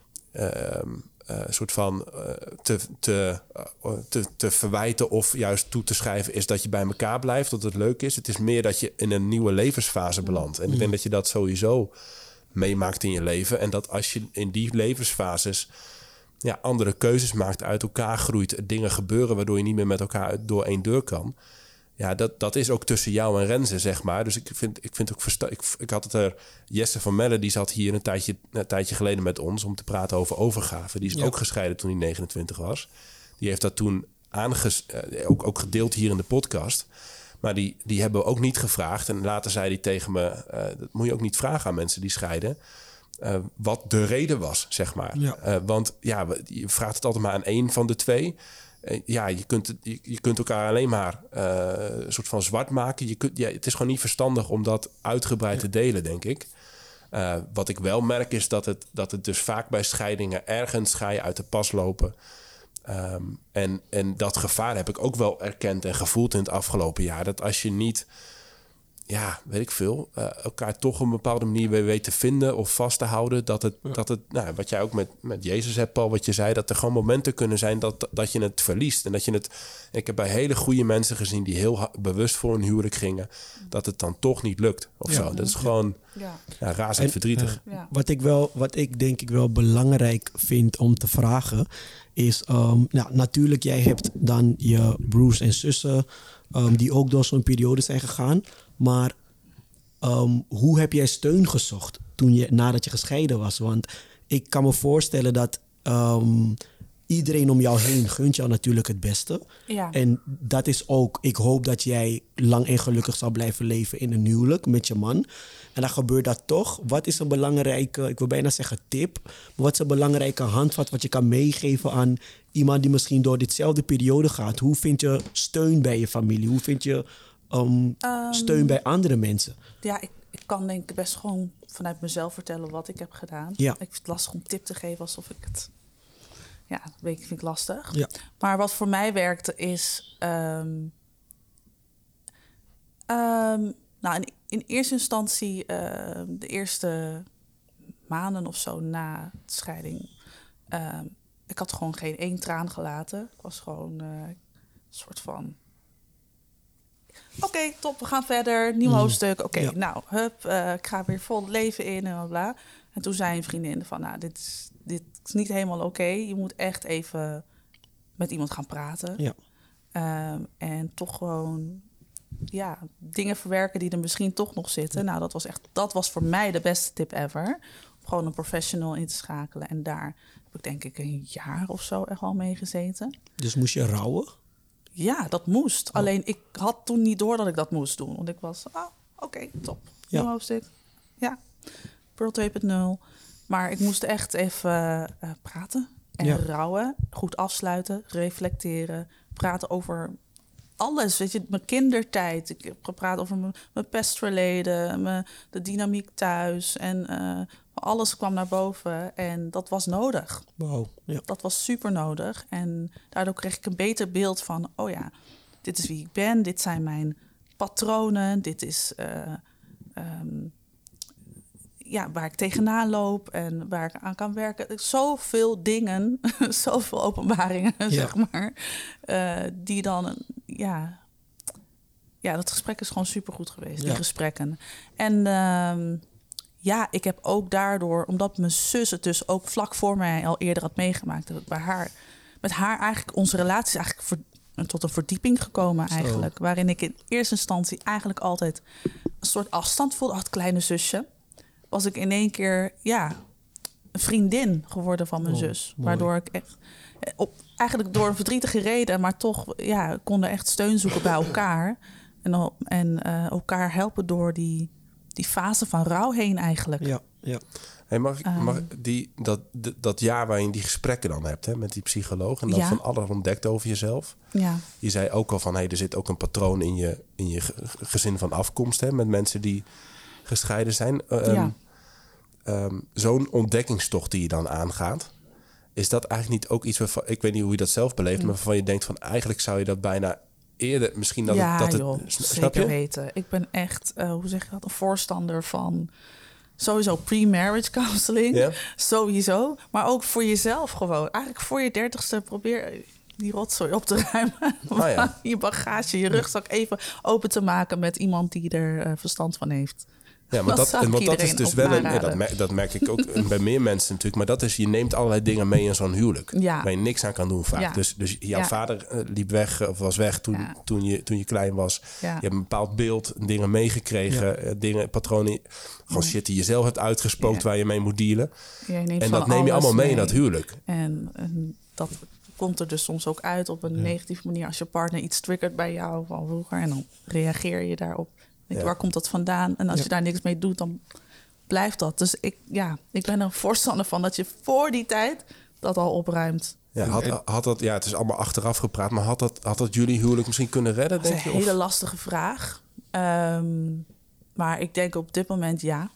uh, uh, soort van uh, te, te, uh, te, te verwijten of juist toe te schrijven is dat je bij elkaar blijft, dat het leuk is. Het is meer dat je in een nieuwe levensfase belandt. En ik denk dat je dat sowieso meemaakt in je leven. En dat als je in die levensfases ja, andere keuzes maakt, uit elkaar groeit, dingen gebeuren waardoor je niet meer met elkaar door één deur kan. ja, dat, dat is ook tussen jou en Renze, zeg maar. Dus ik vind, ik vind ook versta- ik, ik had het er. Jesse van Melle, die zat hier een tijdje, een tijdje geleden met ons om te praten over overgave. Die is Ja. ook gescheiden toen hij negenentwintig was. Die heeft dat toen aanges, uh, ook, ook gedeeld hier in de podcast. Maar die, die hebben we ook niet gevraagd. En later zei hij tegen me, uh, dat moet je ook niet vragen aan mensen die scheiden. Uh, wat de reden was, zeg maar. Ja. Uh, want ja, je vraagt het altijd maar aan één van de twee. Uh, ja, je kunt, het, je, je kunt elkaar alleen maar uh, een soort van zwart maken. Je kunt, ja, het is gewoon niet verstandig om dat uitgebreid ja. te delen, denk ik. Uh, wat ik wel merk is dat het, dat het dus vaak bij scheidingen ergens ga je uit de pas lopen. Um, en, en dat gevaar heb ik ook wel erkend en gevoeld in het afgelopen jaar. Dat als je niet, ja, weet ik veel, uh, elkaar toch op een bepaalde manier weer weet te vinden of vast te houden. Dat het, ja. dat het nou, wat jij ook met, met Jezus hebt, Paul, wat je zei, dat er gewoon momenten kunnen zijn dat, dat je het verliest. En dat je het, ik heb bij hele goede mensen gezien die heel bewust voor een huwelijk gingen, dat het dan toch niet lukt of ja. zo. Dat is gewoon ja. Ja, razend en, verdrietig. Uh, ja. Wat ik wel, wat ik denk ik wel belangrijk vind om te vragen is, um, nou, natuurlijk, jij hebt dan je broers en zussen um, die ook door zo'n periode zijn gegaan. Maar um, hoe heb jij steun gezocht toen je, nadat je gescheiden was? Want ik kan me voorstellen dat um, iedereen om jou heen gunt jou natuurlijk het beste. Ja. En dat is ook, ik hoop dat jij lang en gelukkig zal blijven leven in een huwelijk met je man. En dan gebeurt dat toch. Wat is een belangrijke, ik wil bijna zeggen tip, maar wat is een belangrijke handvat wat je kan meegeven aan iemand die misschien door ditzelfde periode gaat? Hoe vind je steun bij je familie? Hoe vind je um, um, steun bij andere mensen? Ja, ik, ik kan denk ik best gewoon vanuit mezelf vertellen wat ik heb gedaan. Ja. Ik vind het lastig om tip te geven alsof ik het... Ja, dat weet ik, vind ik lastig. Ja. Maar wat voor mij werkte is... Um, um, nou, in, in eerste instantie, uh, de eerste maanden of zo na de scheiding... Uh, ik had gewoon geen één traan gelaten. Ik was gewoon uh, een soort van... Oké, okay, top, we gaan verder. Nieuw mm. hoofdstuk. Oké, okay, ja. nou, hup, uh, ik ga weer vol het leven in en bla bla. En toen zei een vriendin van, nou, dit is, dit is niet helemaal oké. Okay. Je moet echt even met iemand gaan praten. Ja. Um, en toch gewoon, ja, dingen verwerken die er misschien toch nog zitten. Ja. Nou, dat was echt, dat was voor mij de beste tip ever. Om gewoon een professional in te schakelen. En daar heb ik denk ik een jaar of zo echt al mee gezeten. Dus moest je rouwen? Ja, dat moest. Oh. Alleen ik had toen niet door dat ik dat moest doen. Want ik was, ah, oké, okay, top. Nieuw ja. hoofdstuk. Ja, Pearl twee punt nul. Maar ik moest echt even uh, praten en ja. rouwen. Goed afsluiten, reflecteren. Praten over alles. Weet je, mijn kindertijd. Ik heb gepraat over mijn, mijn pestverleden, mijn, de dynamiek thuis. En uh, alles kwam naar boven. En dat was nodig. Wow. Ja. Dat was super nodig. En daardoor kreeg ik een beter beeld van... oh ja, dit is wie ik ben. Dit zijn mijn patronen. Dit is uh, um, ja, waar ik tegenaan loop en waar ik aan kan werken. Zoveel dingen, zoveel openbaringen, ja. zeg maar. Uh, die dan, ja... Ja, dat gesprek is gewoon supergoed geweest, ja. die gesprekken. En... Um, ja, ik heb ook daardoor, omdat mijn zus het dus ook vlak voor mij al eerder had meegemaakt, heb ik bij haar, met haar eigenlijk onze relatie is eigenlijk ver, tot een verdieping gekomen eigenlijk. Zo. Waarin ik in eerste instantie eigenlijk altijd een soort afstand voelde. Ach, het kleine zusje. Was ik in één keer, ja, een vriendin geworden van mijn oh, zus. Mooi. Waardoor ik echt, op, eigenlijk door een verdrietige reden, maar toch, ja, konden echt steun zoeken bij elkaar. En, en uh, elkaar helpen door die... die fase van rouw heen eigenlijk. Ja, ja. Hey, mag ik, mag die, dat, dat jaar waarin je die gesprekken dan hebt hè, met die psycholoog... en dan ja. van alles ontdekt over jezelf. Ja. Je zei ook al van, hey, er zit ook een patroon in je, in je gezin van afkomst... Hè, met mensen die gescheiden zijn. Um, ja. um, zo'n ontdekkingstocht die je dan aangaat... is dat eigenlijk niet ook iets waarvan... ik weet niet hoe je dat zelf beleeft... Mm. maar waarvan je denkt van, eigenlijk zou je dat bijna... eerder misschien dat ja, het... Dat joh, het zeker weten. Ik ben echt, uh, hoe zeg je dat, een voorstander van... sowieso pre-marriage counseling. Ja. Sowieso. Maar ook voor jezelf gewoon. Eigenlijk voor je dertigste probeer die rotzooi op te ruimen. Oh, ja. Je bagage, je rugzak even open te maken... met iemand die er uh, verstand van heeft. Ja, maar dat, zou en ik want dat is iedereen dus op wel een. Ja, aanraden. dat, merk, dat merk ik ook bij meer mensen natuurlijk. Maar dat is, je neemt allerlei dingen mee in zo'n huwelijk. Ja. Waar je niks aan kan doen vaak. Ja. Dus, dus jouw Ja. vader uh, liep weg uh, of was weg toen, Ja. toen, je, toen je klein was. Ja. Je hebt een bepaald beeld, dingen meegekregen. Ja. Uh, dingen, patronen. Gewoon shit die je zelf hebt uitgespookt Ja. waar je mee moet dealen. Jij neemt En van dat neem je alles allemaal mee in dat huwelijk. En, en dat komt er dus soms ook uit op een Ja. negatieve manier. Als je partner iets triggert bij jou van vroeger en dan reageer je daarop. Denk, Ja. waar komt dat vandaan? En als Ja. je daar niks mee doet, dan blijft dat. Dus ik, ja, ik ben er een voorstander van dat je voor die tijd dat al opruimt. Ja, had, had dat, ja, het is allemaal achteraf gepraat, maar had dat, had dat jullie huwelijk misschien kunnen redden, Dat is denk een je? hele Of? lastige vraag. Um, maar ik denk op dit moment ja.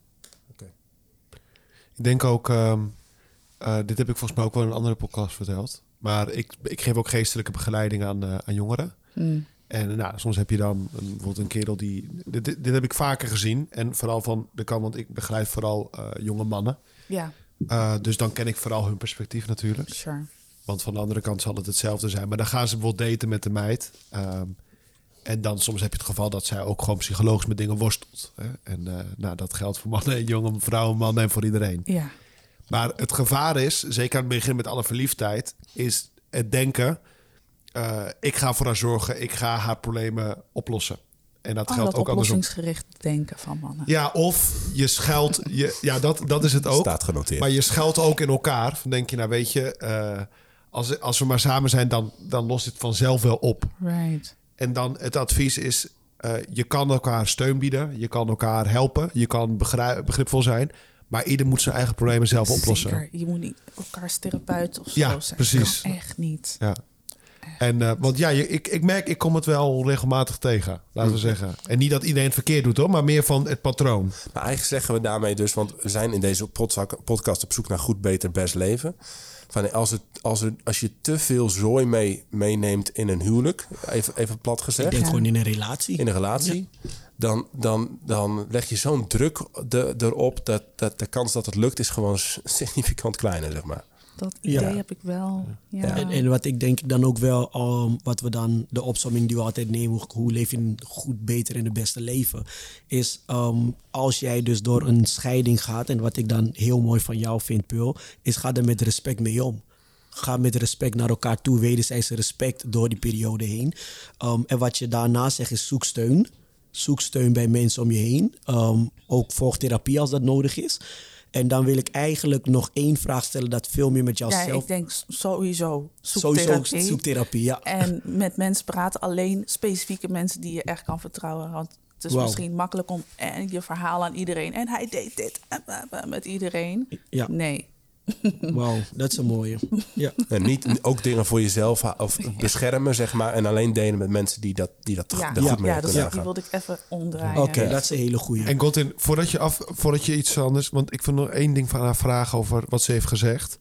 Ik denk ook, um, uh, dit heb ik volgens mij ook wel in een andere podcast verteld. Maar ik, ik geef ook geestelijke begeleiding aan, uh, aan jongeren. Mm. En nou, soms heb je dan een, bijvoorbeeld een kerel die... Dit, dit, dit heb ik vaker gezien. En vooral van de kant, want ik begeleid vooral uh, jonge mannen. Ja, Uh, dus dan ken ik vooral hun perspectief natuurlijk. sure. Want van de andere kant zal het hetzelfde zijn. Maar dan gaan ze bijvoorbeeld daten met de meid. Um, en dan soms heb je het geval dat zij ook gewoon psychologisch met dingen worstelt. Hè? En uh, nou, dat geldt voor mannen, jonge vrouwen, mannen en voor iedereen. Ja, Maar het gevaar is, zeker aan het begin met alle verliefdheid, is het denken... Uh, ik ga voor haar zorgen, ik ga haar problemen oplossen. En dat oh, geldt dat ook andersom. oplossingsgericht denken van mannen. Ja, of je schuilt... Je, ja, dat, dat is het ook. Staat genoteerd. Maar je schuilt ook in elkaar. Dan denk je, nou weet je... Uh, als, als we maar samen zijn, dan, dan lost het vanzelf wel op. Right. En dan het advies is... Uh, je kan elkaar steun bieden. Je kan elkaar helpen. Je kan begrijp, begripvol zijn. Maar ieder moet zijn eigen problemen zelf oplossen. Zeker. Je moet niet elkaars therapeut of zo Ja, zijn. precies. Kan echt niet. Ja. En, uh, want ja, je, ik, ik merk, ik kom het wel regelmatig tegen, laten we zeggen. En niet dat iedereen het verkeerd doet, hoor, maar meer van het patroon. Maar eigenlijk zeggen we daarmee dus, want we zijn in deze podcast op zoek naar goed, beter, best leven. Van als, het, als, het, als je te veel zooi mee, meeneemt in een huwelijk, even, even plat gezegd. Ik denk Ja. gewoon in een relatie. In een relatie, ja. dan, dan, dan leg je zo'n druk de, erop dat, dat de kans dat het lukt is gewoon significant kleiner, zeg maar. Dat idee Ja. heb ik wel. Ja. Ja. En, en wat ik denk dan ook wel, um, wat we dan, de opsomming die we altijd nemen, hoe, hoe leef je een goed, beter en het beste leven, is um, als jij dus door een scheiding gaat, en wat ik dan heel mooi van jou vind, Pearl, is ga er met respect mee om. Ga met respect naar elkaar toe, wederzijds respect door die periode heen. Um, en wat je daarna zegt is zoek steun. Zoek steun bij mensen om je heen. Um, ook volg therapie als dat nodig is. En dan wil ik eigenlijk nog één vraag stellen dat veel meer met Ja, jouzelf... ik denk sowieso zoek Sowieso therapie. zoek therapie, ja. En met mensen praten, alleen specifieke mensen die je echt kan vertrouwen. Want het is Wow. misschien makkelijk om en je verhaal aan iedereen. En hij deed dit met iedereen. Ja. Nee. Wauw, dat is een mooie. Ja. En niet ook dingen voor jezelf ha- of beschermen, zeg maar. En alleen delen met mensen die dat, die dat Ja, er goed mee ja, dat kunnen die gaan. wilde ik even omdraaien. Oké, Ja. dat is een hele goede. En Godin, voordat je, af, voordat je iets anders... Want ik vind nog één ding van haar vragen over wat ze heeft gezegd.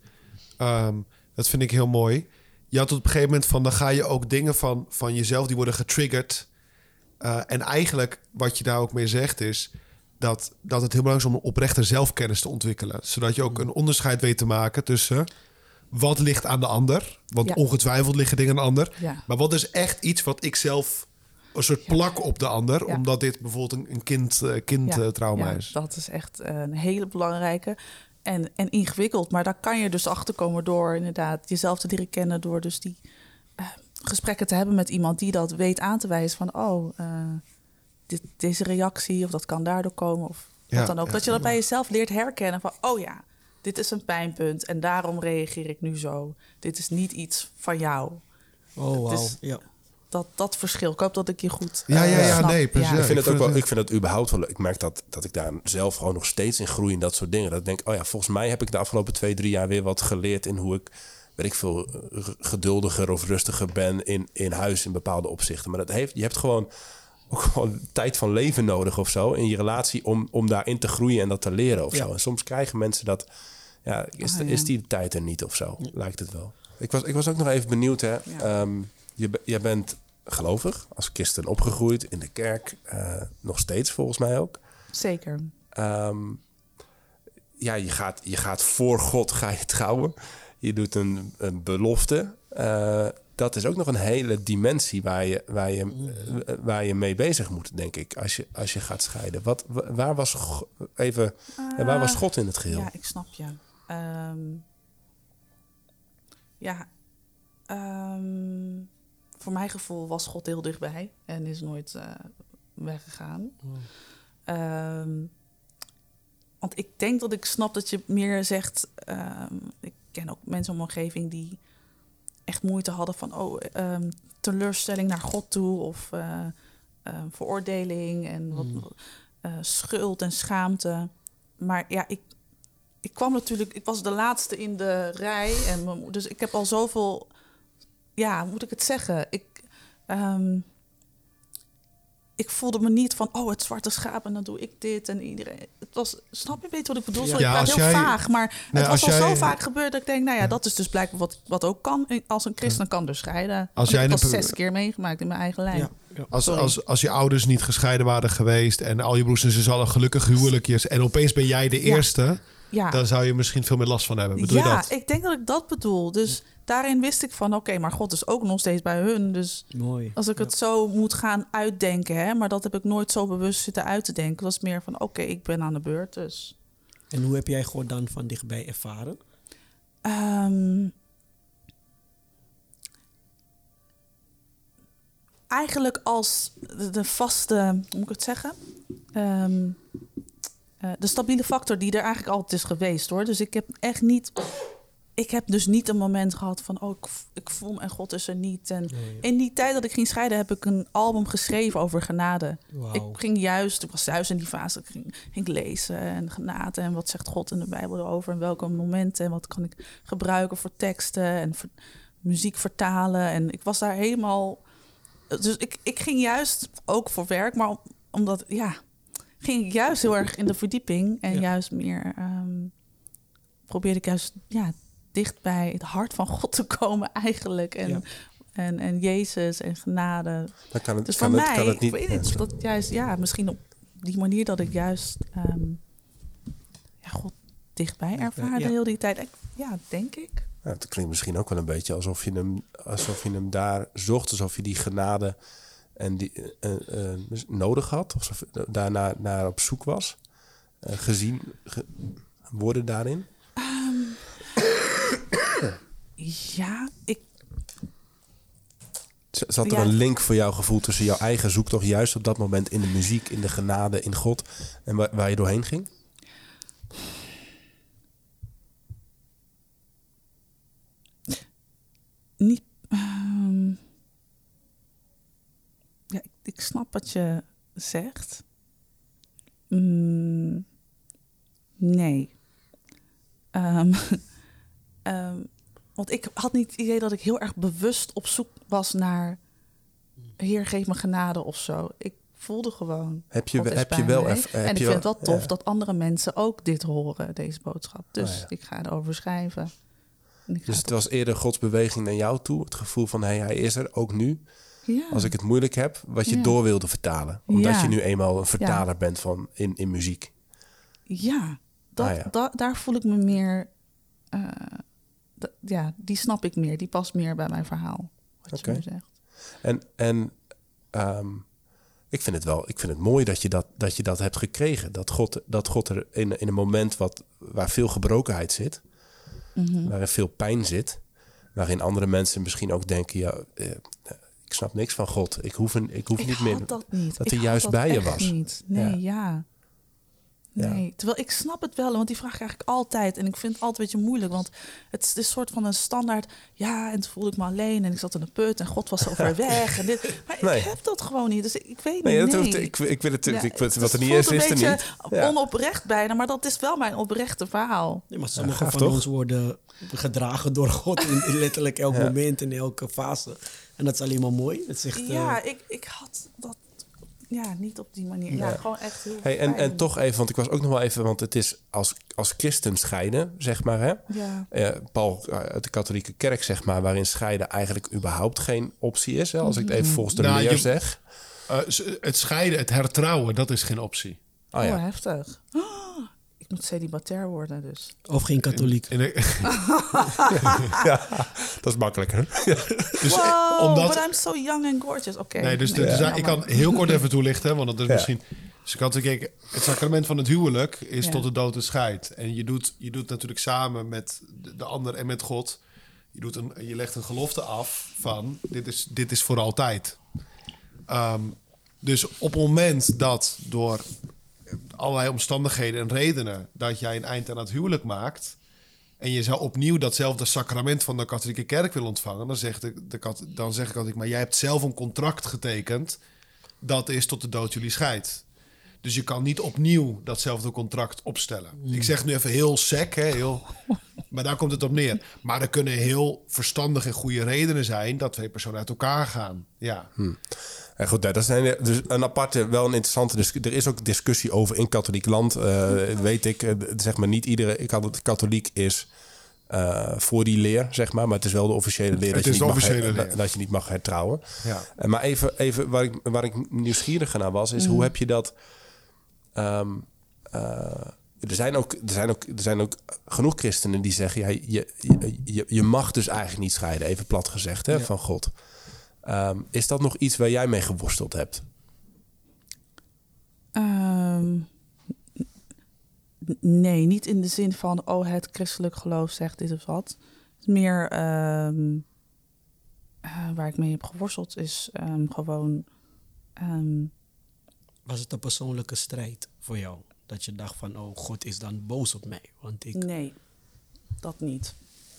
Um, dat vind ik heel mooi. Je had op een gegeven moment van... dan ga je ook dingen van, van jezelf, die worden getriggerd. Uh, en eigenlijk wat je daar ook mee zegt is... Dat, dat het heel belangrijk is om een oprechte zelfkennis te ontwikkelen. Zodat je ook een onderscheid weet te maken tussen... wat ligt aan de ander. Want Ja. ongetwijfeld liggen dingen aan de ander. Ja. Maar wat is echt iets wat ik zelf... een soort plak op de ander... Ja. omdat dit bijvoorbeeld een, een kind, uh, kind Ja, uh, trauma ja, is. dat is echt een hele belangrijke en, en ingewikkeld. Maar daar kan je dus achterkomen door inderdaad jezelf te leren kennen. Door dus die uh, gesprekken te hebben met iemand die dat weet aan te wijzen. Van oh, uh, dit, deze reactie of dat kan daardoor komen. Of wat Ja, dan ook. ja, dat je dat ja. bij jezelf leert herkennen van oh ja, dit is een pijnpunt. En daarom reageer ik nu zo. Dit is niet iets van jou. Oh, wauw. Het is- Ja. Dat, dat verschil. Ik hoop dat ik je goed Ja, ja, uh, ja, snap. nee, precies. Ik vind ik het vind ook wel, het- ik vind het überhaupt wel leuk. Ik merk dat, dat ik daar zelf gewoon nog steeds in groei in dat soort dingen. Dat ik denk, oh ja, volgens mij heb ik de afgelopen twee, drie jaar weer wat geleerd in hoe ik, weet ik veel, geduldiger of rustiger ben in, in huis in bepaalde opzichten. Maar dat heeft, je hebt gewoon ook gewoon tijd van leven nodig of zo in je relatie om, om daarin te groeien en dat te leren of Ja. zo. En soms krijgen mensen dat, ja, is, Oh, de- ja. is die tijd er niet of zo, lijkt het wel. Ik was, ik was ook nog even benieuwd, hè. Ja. Um, je, be- jij bent gelovig, als christen opgegroeid in de kerk. Uh, nog steeds volgens mij ook. Zeker. Um, ja, je gaat, je gaat voor God ga je trouwen. Je doet een, een belofte. Uh, dat is ook nog een hele dimensie waar je, waar je, uh, waar je mee bezig moet, denk ik, als je, als je gaat scheiden. Wat, waar, was Go- even, uh, waar was God in het geheel? Ja, ik snap je. Um, ja, um, voor mijn gevoel was God heel dichtbij en is nooit uh, weggegaan. Mm. Um, want ik denk dat ik snap dat je meer zegt... Um, ik ken ook mensen in mijn omgeving die echt moeite hadden van... oh, um, teleurstelling naar God toe of uh, uh, veroordeling en wat, mm. uh, schuld en schaamte. Maar ja, ik, ik kwam natuurlijk... Ik was de laatste in de rij. En, dus ik heb al zoveel... Ja, hoe moet ik het zeggen? Ik... Um, Ik voelde me niet van, oh, het zwarte schaap en dan doe ik dit en iedereen. Het was, snap je, weet je wat ik bedoel? Ja, ja, ik praat heel jij, vaag, maar nee, het was al jij, zo vaak gebeurd dat ik denk, nou ja, dat is dus blijkbaar wat, wat ook kan. Als een christen kan dus scheiden. Als jij ik heb een, zes keer meegemaakt in mijn eigen lijn. Ja, ja. Als, als, als je ouders niet gescheiden waren geweest en al je broers en zussen hadden gelukkig huwelijkjes en opeens ben jij de eerste, ja. Ja. Dan zou je misschien veel meer last van hebben. Bedoel ja, je dat? Ik denk dat ik dat bedoel. Dus daarin wist ik van, oké, okay, maar God is ook nog steeds bij hun. Dus mooi. Als ik het ja. zo moet gaan uitdenken, hè, maar dat heb ik nooit zo bewust zitten uit te denken. Dat was meer van, oké, okay, ik ben aan de beurt, dus. En hoe heb jij God dan van dichtbij ervaren? Um, eigenlijk als de, de vaste, hoe moet ik het zeggen? Um, uh, de stabiele factor die er eigenlijk altijd is geweest, hoor. Dus ik heb echt niet... Ik heb dus niet een moment gehad van... oh, ik, ik voel me en God is er niet. En nee, in die tijd dat ik ging scheiden... heb ik een album geschreven over genade. Wow. Ik ging juist... Ik was juist in die fase... Ik ging, ging lezen en genade... en wat zegt God in de Bijbel erover... en welke momenten... en wat kan ik gebruiken voor teksten... en voor, muziek vertalen. En ik was daar helemaal... Dus ik, ik ging juist ook voor werk... maar omdat... ja, ging ik juist heel erg in de verdieping... en ja. juist meer... Um, probeerde ik juist... ja, dicht bij het hart van God te komen eigenlijk. En, ja. en, en Jezus en genade. Dan kan het, dus kan voor het, mij, kan het niet, ik weet niet, dat juist, ja, misschien op die manier dat ik juist um, ja, God dichtbij ervaarde ja. heel die tijd. Ja, denk ik. Ja, het klinkt misschien ook wel een beetje alsof je hem, alsof je hem daar zocht, alsof je die genade en die uh, uh, nodig had, alsof je daarna naar op zoek was, uh, gezien ge, worden daarin. Um, Ja, ik... Zat er ja. een link voor jouw gevoel tussen jouw eigen zoektocht... juist op dat moment in de muziek, in de genade, in God... en waar, waar je doorheen ging? Niet... Um, ja, ik, ik snap wat je zegt. Mm, nee. Um, um, Want ik had niet het idee dat ik heel erg bewust op zoek was naar... Heer, geef me genade of zo. Ik voelde gewoon... Heb je, heb je wel... Heb en je ik wel, vind het wel tof ja. dat andere mensen ook dit horen, deze boodschap. Dus oh ja. ik ga erover schrijven. Dus het was eerder Gods beweging naar jou toe. Het gevoel van, hey, hij is er, ook nu. Ja. Als ik het moeilijk heb, wat je ja. door wilde vertalen. Omdat ja. je nu eenmaal een vertaler ja. bent van in, in muziek. Ja, dat, ah, ja. Da, daar voel ik me meer... Uh, d- ja, die snap ik meer. Die past meer bij mijn verhaal. Wat okay. je nu zegt. En, en um, ik vind het wel, ik vind het mooi dat je dat, dat je dat hebt gekregen. Dat God, dat God er in, in een moment wat, waar veel gebrokenheid zit, mm-hmm. waarin veel pijn zit, waarin andere mensen misschien ook denken, ja, eh, ik snap niks van God. Ik hoef, een, ik hoef ik niet meer. Dat, niet. dat hij juist bij je was. Niet. Nee, ja. ja. Nee, ja. terwijl ik snap het wel, want die vraag krijg ik altijd. En ik vind het altijd een beetje moeilijk, want het is een soort van een standaard... Ja, en toen voelde ik me alleen en ik zat in een put en God was zo ver weg. En dit. Maar nee. ik heb dat gewoon niet, dus ik, ik weet nee, niet. Dat nee, hoeft, ik, ik wil het, ja, ik, wat het er niet is, is er niet. Het voelt een beetje onoprecht bijna, maar dat is wel mijn oprechte verhaal. Nee, maar sommige ja, van toch? ons worden gedragen door God in, in letterlijk elk ja. moment, in elke fase. En dat is alleen maar mooi. Het zegt, ja, uh, ik, ik had dat... Ja, niet op die manier. Ja, ja gewoon echt heel hey, en, en toch even, want ik was ook nog wel even... want het is als, als christen scheiden, zeg maar, hè? Ja. Uh, Paul uit de katholieke kerk, zeg maar... waarin scheiden eigenlijk überhaupt geen optie is. Hè? Als ik het even volgens de nou, leer je, zeg. Uh, het scheiden, het hertrouwen, dat is geen optie. Oh, ja. oh heftig. Oh, ik moet celibatair worden dus. Of geen katholiek. En, en, ja, dat is makkelijker. Ja. dus, Wow, omdat, but I'm so young and gorgeous. Oké. nee, dus, Nee, dus ja, ik maar- kan heel kort even toelichten, want dat is Ja. misschien... Dus ik had gekeken, het sacrament van het huwelijk is Ja. tot de dood en scheidt. En je doet, je doet natuurlijk samen met de, de ander en met God... Je, doet een, je legt een gelofte af van, dit is, dit is voor altijd. Um, dus op het moment dat door allerlei omstandigheden en redenen... dat jij een eind aan het huwelijk maakt... en je zou opnieuw datzelfde sacrament van de katholieke kerk willen ontvangen... dan, zegt de, de, kat- dan zeg ik altijd, maar jij hebt zelf een contract getekend... dat is tot de dood jullie scheidt. Dus je kan niet opnieuw datzelfde contract opstellen. Ik zeg nu even heel sec, hè, heel... maar daar komt het op neer. Maar er kunnen heel verstandige en goede redenen zijn... dat twee personen uit elkaar gaan. Ja. En goed, dat is een, dus een aparte, wel een interessante discussie. Er is ook discussie over in katholiek land. Uh, weet ik, uh, zeg maar niet iedere katholiek is uh, voor die leer, zeg maar. Maar het is wel de officiële leer, Het dat, is je de niet mag, officiële her- leer. dat je niet mag hertrouwen. Ja. Uh, maar even, even waar, ik, waar ik nieuwsgierig naar was, is hoe heb je dat... Um, uh, er, zijn ook, er, zijn ook, er zijn ook genoeg christenen die zeggen... Ja, je, je, je, je mag dus eigenlijk niet scheiden, even plat gezegd, hè, Ja. van God. Um, is dat nog iets waar jij mee geworsteld hebt? Um, n- nee, niet in de zin van... oh, het christelijk geloof zegt dit of wat. Het is meer um, uh, waar ik mee heb geworsteld... is um, gewoon... Um, Was het een persoonlijke strijd voor jou? Dat je dacht van, oh, God is dan boos op mij. Want ik... nee, dat niet.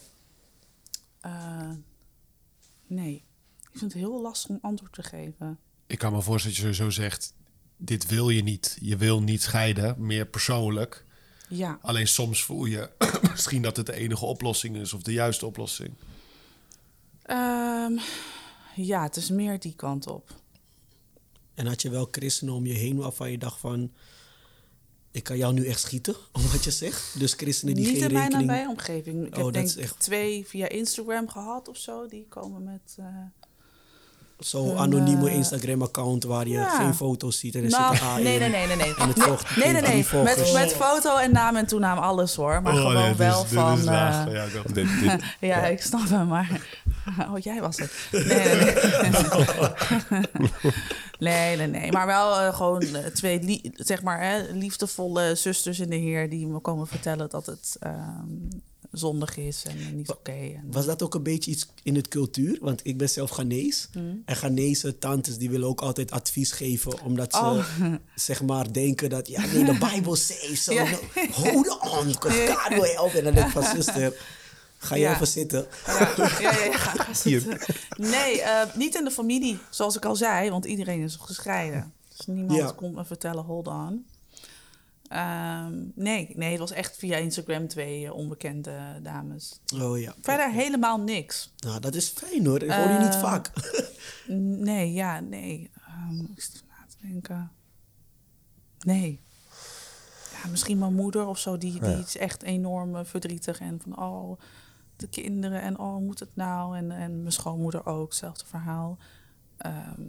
Uh, nee, ik vind het heel lastig om antwoord te geven. Ik kan me voorstellen dat je zo zegt... dit wil je niet. Je wil niet scheiden, meer persoonlijk. Ja, Alleen soms voel je misschien dat het de enige oplossing is... of de juiste oplossing. um, ja, het is meer die kant op. En had je wel christenen om je heen waarvan je dacht van... ik kan jou nu echt schieten, om wat je zegt. Dus christenen die Niet geen in mijn rekening... nabije omgeving. Ik Oh, heb dat denk is echt- twee via Instagram gehad of zo. Die komen met... Uh, Zo'n Een, anonieme eh, Instagram-account waar je ja. geen foto's ziet en er nou, zit een A in. nee, nee, nee, nee, nee. En het Nee, volgt nee, nee, drie nee. volgers. Met, met foto en naam en toenaam, alles hoor. Maar gewoon wel van... uh, Dit, dit, ja, ik snap hem, maar... Oh, jij was het. Nee, nee, nee. nee, nee, nee. Maar wel uh, gewoon uh, twee lie- zeg maar, hè, liefdevolle zusters in de Heer... die me komen vertellen dat het um, zondig is en niet oké. Okay. Was dat ook een beetje iets in het cultuur? Want ik ben zelf Ghanese. Hmm. En Ghanese tantes die willen ook altijd advies geven... omdat ze Oh. zeg maar denken dat... ja, nee, de Bijbel zegt zo. Ja. No, hold on, because God will help. En dan denk ik van, zuster, ga jij Ja. even zitten. Ja, ja, ja, ja, ga, ga zitten. Nee, uh, niet in de familie, zoals ik al zei, want iedereen is gescheiden. Dus niemand Ja. komt me vertellen, hold on. Um, nee, nee, het was echt via Instagram twee uh, onbekende dames. Oh ja. Verder helemaal niks. Nou, dat is fijn hoor. Dat hoor je niet Eh, vaak. Nee, ja, nee. Um, ik zit even na te denken. Nee. Ja, misschien mijn moeder of zo, die, die Ja. is echt enorm uh, verdrietig. En van, oh, de kinderen en oh, hoe moet het nou? En, en mijn schoonmoeder ook, hetzelfde verhaal. Um,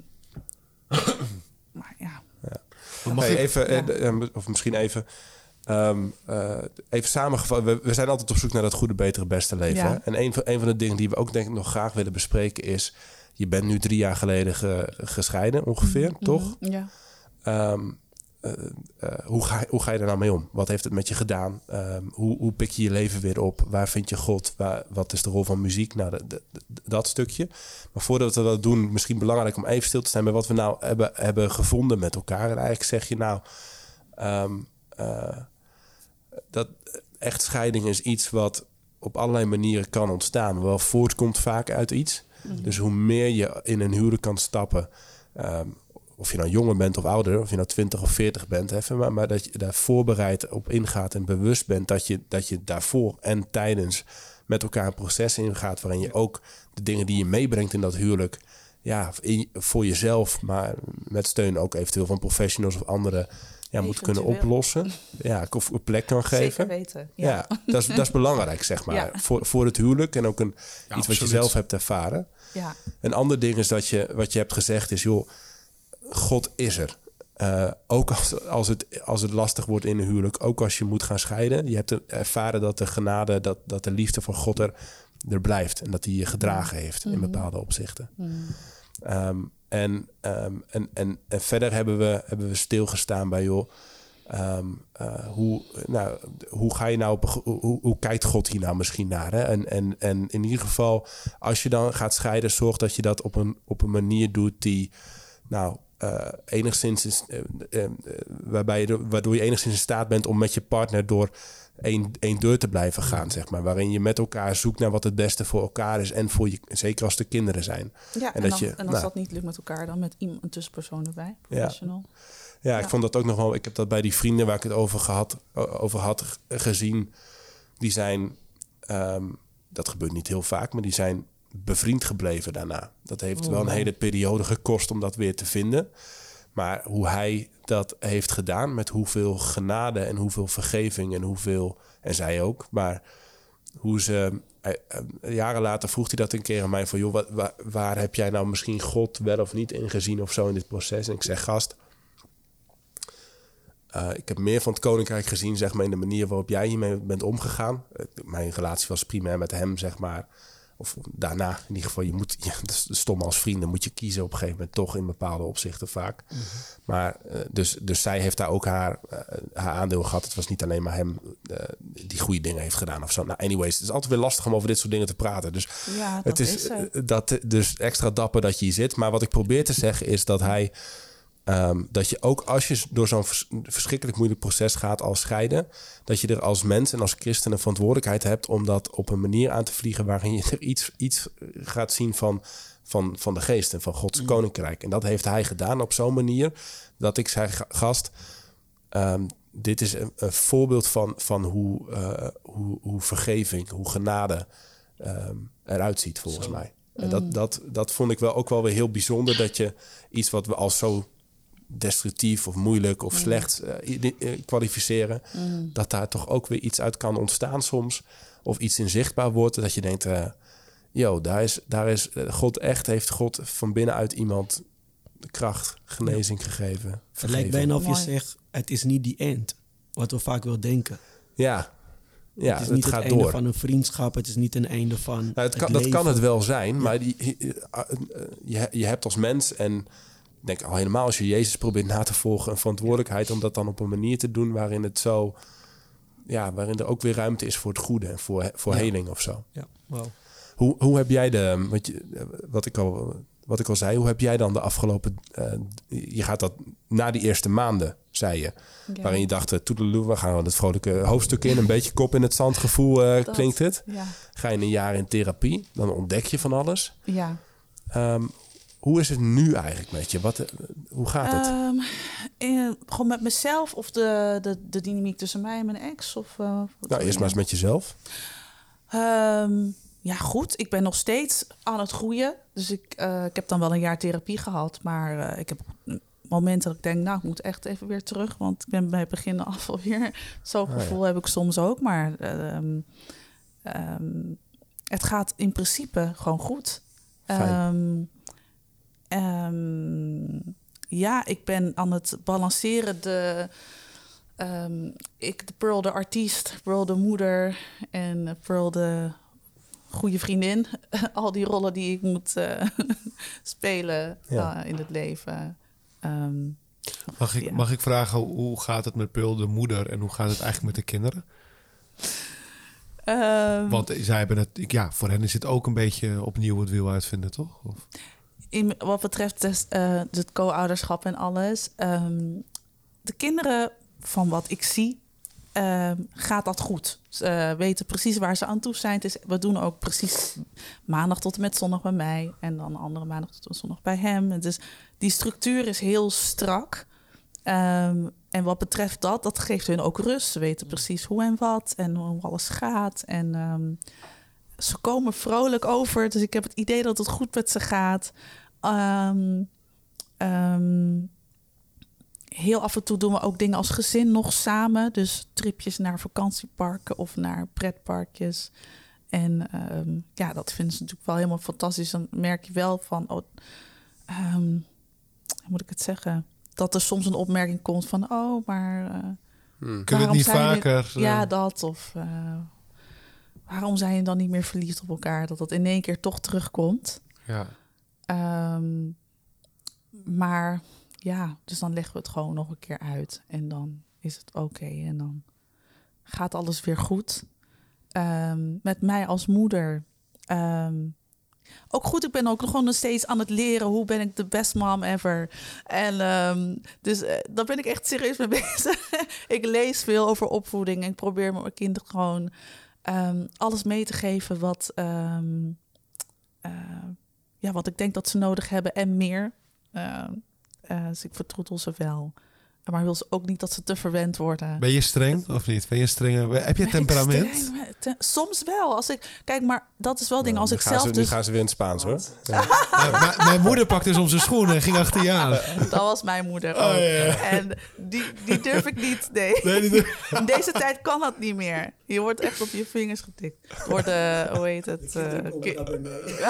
maar ja. Mag Hey, ik- even, Ja. eh, eh, of misschien even, um, uh, even samengevat. We, we zijn altijd op zoek naar dat goede, betere, beste leven. Ja. Hè? En een van, een van de dingen die we ook denk ik nog graag willen bespreken is... je bent nu drie jaar geleden ge- gescheiden ongeveer, toch? Ja. Um, uh, uh, hoe, ga, hoe ga je daar nou mee om? Wat heeft het met je gedaan? Um, hoe, hoe pik je je leven weer op? Waar vind je God? Waar, wat is de rol van muziek? Nou, de, de, de, dat stukje. Maar voordat we dat doen, misschien belangrijk om even stil te staan... bij wat we nou hebben, hebben gevonden met elkaar. En eigenlijk zeg je nou... Um, uh, dat echtscheiding is iets wat op allerlei manieren kan ontstaan. Wel voortkomt vaak uit iets. Mm-hmm. Dus hoe meer je in een huwelijk kan stappen... Um, of je nou jonger bent of ouder, of je nou twintig of veertig bent, even, maar, maar dat je daar voorbereid op ingaat en bewust bent dat je, dat je daarvoor en tijdens met elkaar een proces ingaat waarin je ook de dingen die je meebrengt in dat huwelijk, ja, in, voor jezelf, maar met steun ook eventueel van professionals of anderen, ja, moet kunnen Eventueel. oplossen. Ja, of een plek kan Zeker geven. weten. Ja, Ja. dat, is, dat is belangrijk, zeg maar, Ja. voor, voor het huwelijk en ook een, Ja, iets wat je absoluut. zelf hebt ervaren. Ja. Een ander ding is dat je, wat je hebt gezegd is, joh, God is er. Uh, ook als, als, het, als het lastig wordt in een huwelijk. Ook als je moet gaan scheiden. Je hebt ervaren dat de genade, dat, dat de liefde van God er, er blijft. En dat hij je gedragen heeft mm-hmm. in bepaalde opzichten. Mm-hmm. Um, en, um, en, en, en verder hebben we, hebben we stilgestaan bij... joh. Um, uh, hoe, nou, hoe ga je nou op, hoe, hoe kijkt God hier nou misschien naar? Hè? En, en, en in ieder geval, als je dan gaat scheiden, zorg dat je dat op een, op een manier doet die, nou, uh, enigszins is, uh, uh, uh, waarbij je, waardoor je enigszins in staat bent om met je partner door één, één deur te blijven gaan, zeg maar. Waarin je met elkaar zoekt naar wat het beste voor elkaar is en voor je, zeker als er kinderen zijn. Ja, en, en, dat dan, je, en als nou, dat niet lukt met elkaar, dan met iemand, een tussenpersoon erbij, professional. Ja. Ja, ik ja. vond dat ook nog wel... Ik heb dat bij die vrienden waar ik het over, gehad, over had gezien. Die zijn... Um, dat gebeurt niet heel vaak, maar die zijn bevriend gebleven daarna. Dat heeft oh, wel een hele periode gekost om dat weer te vinden. Maar hoe hij dat heeft gedaan, met hoeveel genade en hoeveel vergeving en hoeveel... En zij ook, maar hoe ze... Jaren later vroeg hij dat een keer aan mij van... joh, wat, waar, waar heb jij nou misschien God wel of niet in gezien of zo in dit proces? En ik zeg, gast... Uh, ik heb meer van het koninkrijk gezien, zeg maar, in de manier waarop jij hiermee bent omgegaan. Uh, mijn relatie was primair met hem, zeg maar. Of daarna, in ieder geval, je moet, je, dat is stom als vrienden, moet je kiezen op een gegeven moment toch in bepaalde opzichten vaak. Mm-hmm. Maar uh, dus, dus zij heeft daar ook haar, uh, haar aandeel gehad. Het was niet alleen maar hem uh, die goede dingen heeft gedaan of zo. Nou, anyways, het is altijd weer lastig om over dit soort dingen te praten. Dus ja, dat het is, is uh, dat, dus extra dapper dat je hier zit. Maar wat ik probeer te zeggen is dat hij... Um, dat je ook als je door zo'n vers- verschrikkelijk moeilijk proces gaat als scheiden... dat je er als mens en als christen een verantwoordelijkheid hebt... om dat op een manier aan te vliegen... waarin je er iets, iets gaat zien van, van, van de geest en van Gods mm. koninkrijk. En dat heeft hij gedaan op zo'n manier... dat ik zei, gast, um, dit is een, een voorbeeld van, van hoe, uh, hoe, hoe vergeving, hoe genade um, eruit ziet volgens zo. mij. Mm. En dat, dat, dat vond ik wel ook wel weer heel bijzonder... dat je iets wat we als zo... destructief of moeilijk of mm. slecht uh, uh, kwalificeren... Mm. dat daar toch ook weer iets uit kan ontstaan soms... of iets inzichtbaar wordt... dat je denkt, uh, yo, daar is, daar is uh, God echt... heeft God van binnenuit iemand de kracht, genezing ja. gegeven. Het lijkt bijna of je zegt, het is niet die end. Wat we vaak wel denken. Ja, ja, het is niet het, het gaat einde door. van een vriendschap. Het is niet een einde van nou, het kan, het Dat kan het wel zijn, ja. maar die, je, je hebt als mens... en ik denk al helemaal als je Jezus probeert na te volgen... een verantwoordelijkheid om dat dan op een manier te doen... waarin het zo, ja, waarin er ook weer ruimte is voor het goede... en voor, voor ja. heling of zo. Ja, wow. Hoe, hoe heb jij de... Wat, je, wat, ik al, wat ik al zei, hoe heb jij dan de afgelopen... Uh, je gaat dat na die eerste maanden, zei je... Ja. waarin je dacht, toedeloe, we gaan het vrolijke hoofdstuk in... een beetje kop in het zand gevoel uh, klinkt het. Ja. Ga je een jaar in therapie, dan ontdek je van alles. Ja. Um, Hoe is het nu eigenlijk met je? Wat, hoe gaat het? Um, eh, gewoon met mezelf of de, de, de dynamiek tussen mij en mijn ex? Of, uh, nou, eerst maar eens met jezelf. Um, ja, goed. Ik ben nog steeds aan het groeien. Dus ik, uh, ik heb dan wel een jaar therapie gehad. Maar uh, ik heb momenten dat ik denk, nou, ik moet echt even weer terug. Want ik ben bij het begin af alweer. Zo'n gevoel oh, ja. heb ik soms ook. Maar um, um, het gaat in principe gewoon goed. Um, Um, ja, ik ben aan het balanceren. De, um, ik, de Pearl de artiest, Pearl de moeder en Pearl de goede vriendin. Al die rollen die ik moet uh, spelen ja. uh, in het leven. Um, mag, ik, ja. mag ik vragen, hoe gaat het met Pearl de moeder en hoe gaat het eigenlijk met de kinderen? Um, Want zij hebben het, ja, voor hen is het ook een beetje opnieuw het wiel uitvinden, toch? Of? In, wat betreft dus, uh, het co-ouderschap en alles. Um, de kinderen, van wat ik zie, uh, gaat dat goed. Ze uh, weten precies waar ze aan toe zijn. Het is, we doen ook precies maandag tot en met zondag bij mij. En dan andere maandag tot en met zondag bij hem. Dus die structuur is heel strak. Um, en wat betreft dat, dat geeft hun ook rust. Ze weten precies hoe en wat en hoe alles gaat. En um, ze komen vrolijk over. Dus ik heb het idee dat het goed met ze gaat. Um, um, heel af en toe doen we ook dingen als gezin nog samen. Dus tripjes naar vakantieparken of naar pretparkjes. En um, ja, dat vinden ze natuurlijk wel helemaal fantastisch. Dan merk je wel van... Oh, um, hoe moet ik het zeggen? dat er soms een opmerking komt van... oh, maar... Uh, hmm. Kunnen we het niet vaker... Je, ja, dat. Of uh, waarom zijn je dan niet meer verliefd op elkaar? Dat dat in één keer toch terugkomt. Ja. Um, maar ja, dus dan leggen we het gewoon nog een keer uit. En dan is het oké. Okay, en dan gaat alles weer goed. Um, met mij als moeder... Um, ook goed, ik ben ook gewoon nog steeds aan het leren. Hoe ben ik de best mom ever? En um, dus uh, daar ben ik echt serieus mee bezig. Ik lees veel over opvoeding. En ik probeer met mijn kinderen gewoon um, alles mee te geven wat, um, uh, ja, wat ik denk dat ze nodig hebben en meer. Uh, uh, dus ik vertroetel ze wel. Maar wil ze ook niet dat ze te verwend worden. Ben je streng of niet? Ben je streng? Heb je ben temperament? Streng, te, soms wel. Als ik kijk, maar dat is wel ding. Als nu ik gaan zelf ze, dus... Nu gaan ze weer in het Spaans, hoor. Ja. Ja, m- mijn moeder pakte soms zijn schoenen en ging achter je aan. Dat was mijn moeder ook. Oh, yeah. En die, die durf ik niet, nee. nee die durf... In deze tijd kan dat niet meer. Je wordt echt op je vingers getikt. Wordt, uh, hoe heet het? Uh, ki- Ja,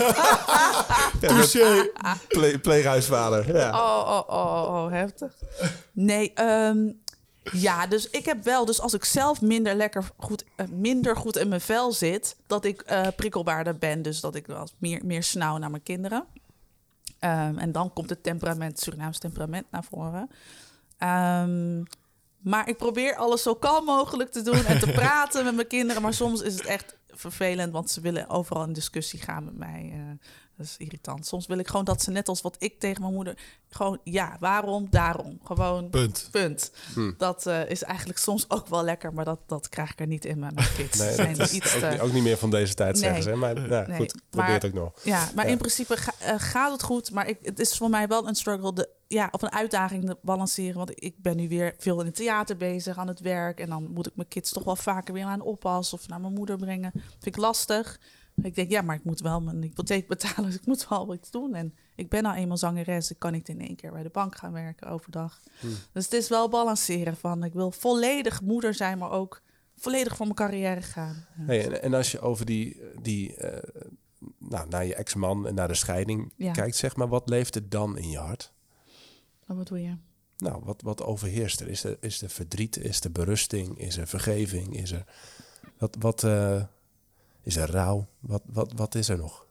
ja. Touché. Play, Pleeghuisvader. Ja. Oh, oh, oh, oh, oh, heftig. Nee, um, ja, dus ik heb wel... Dus als ik zelf minder lekker goed, uh, minder goed in mijn vel zit... dat ik uh, prikkelbaarder ben. Dus dat ik wel meer, meer snauw naar mijn kinderen. Um, en dan komt het temperament, Surinaams temperament naar voren. Um, maar ik probeer alles zo kalm mogelijk te doen... en te praten met mijn kinderen. Maar soms is het echt vervelend... want ze willen overal in discussie gaan met mij... Uh, dat is irritant. Soms wil ik gewoon dat ze net als wat ik tegen mijn moeder... gewoon ja, waarom, daarom. Gewoon punt. punt. Hm. Dat uh, is eigenlijk soms ook wel lekker... maar dat, dat krijg ik er niet in met mijn kids. Nee, zijn dat is iets ook, te... ook niet meer van deze tijd, nee. zeggen ze. Maar ja, nee. goed, probeer het ook nog. Ja, maar ja. in principe ga, uh, gaat het goed. Maar ik, het is voor mij wel een struggle... De, ja, of een uitdaging te balanceren. Want ik ben nu weer veel in het theater bezig, aan het werk. En dan moet ik mijn kids toch wel vaker weer aan oppassen... of naar mijn moeder brengen. Dat vind ik lastig... Ik denk, ja, maar ik moet wel mijn hypotheek betalen, dus ik moet wel iets doen. En ik ben nou eenmaal zangeres, ik kan niet in één keer bij de bank gaan werken overdag. Hmm. Dus het is wel balanceren van, ik wil volledig moeder zijn, maar ook volledig voor mijn carrière gaan. Hey, en, en als je over die, die uh, nou, naar je ex-man en naar de scheiding ja. kijkt, zeg maar, wat leeft er dan in je hart? Wat bedoel je? Nou, wat, wat overheerst er? Is er, is er verdriet, is er berusting, is er vergeving, is er... Wat... wat uh, Is er rouw? Wat, wat, wat is er nog?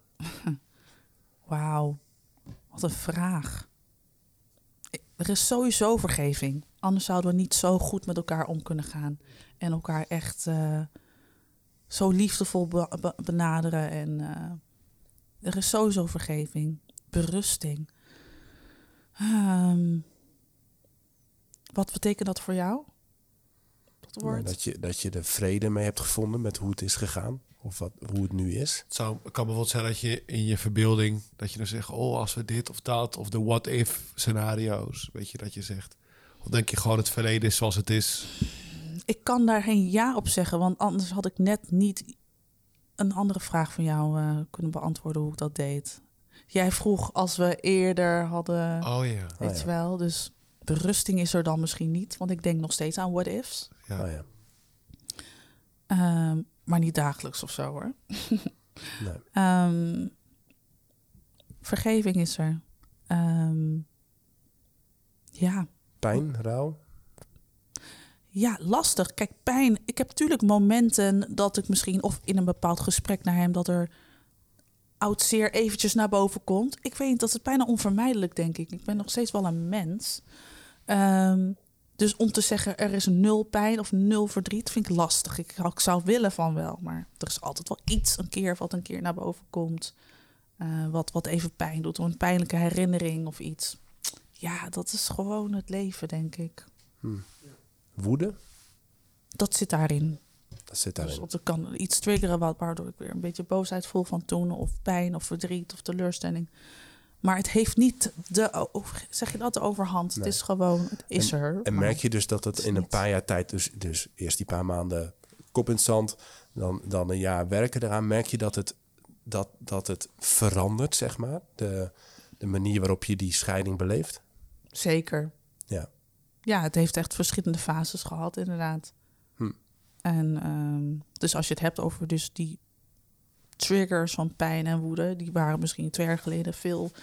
Wauw, wat een vraag. Er is sowieso vergeving. Anders zouden we niet zo goed met elkaar om kunnen gaan. En elkaar echt uh, zo liefdevol be- be- benaderen. En uh, er is sowieso vergeving. Berusting. Um, wat betekent dat voor jou? Dat, nou, dat, je, dat je er vrede mee hebt gevonden met hoe het is gegaan. Of wat, hoe het nu is. Het zou, kan bijvoorbeeld zijn dat je in je verbeelding... dat je dan zegt, oh, als we dit of dat... of de what-if scenario's, weet je, dat je zegt... of denk je gewoon het verleden is zoals het is? Ik kan daar geen ja op zeggen... want anders had ik net niet een andere vraag van jou uh, kunnen beantwoorden... hoe ik dat deed. Jij vroeg als we eerder hadden... Oh ja. Weet oh, ja. je wel, dus berusting is er dan misschien niet... want ik denk nog steeds aan what-ifs. Ja. Oh, ja. Um, maar niet dagelijks of zo, hoor. Nee. um, vergeving is er. Um, ja. Pijn, rouw? Ja, lastig. Kijk, pijn. Ik heb natuurlijk momenten dat ik misschien... of in een bepaald gesprek naar hem... dat er oud zeer eventjes naar boven komt. Ik weet niet, dat is bijna onvermijdelijk, denk ik. Ik ben nog steeds wel een mens. Um, Dus om te zeggen, er is nul pijn of nul verdriet, vind ik lastig. Ik, ik zou willen van wel, maar er is altijd wel iets, een keer wat een keer naar boven komt. Uh, wat, wat even pijn doet, of een pijnlijke herinnering of iets. Ja, dat is gewoon het leven, denk ik. Hmm. Woede? Dat zit daarin. Dat zit daarin. Dus of er kan iets triggeren wat, waardoor ik weer een beetje boosheid voel van toen... of pijn of verdriet of teleurstelling... Maar het heeft niet de, zeg je dat, de overhand. Nee. Het is gewoon, het is en, er. En merk je dus dat het, het in een niet. paar jaar tijd... Dus, dus eerst die paar maanden kop in het zand... dan, dan een jaar werken eraan... merk je dat het, dat, dat het verandert, zeg maar? De, de manier waarop je die scheiding beleeft? Zeker. Ja. Ja, het heeft echt verschillende fases gehad, inderdaad. Hm. En um, dus als je het hebt over dus die... triggers van pijn en woede, die waren misschien twee jaar geleden veel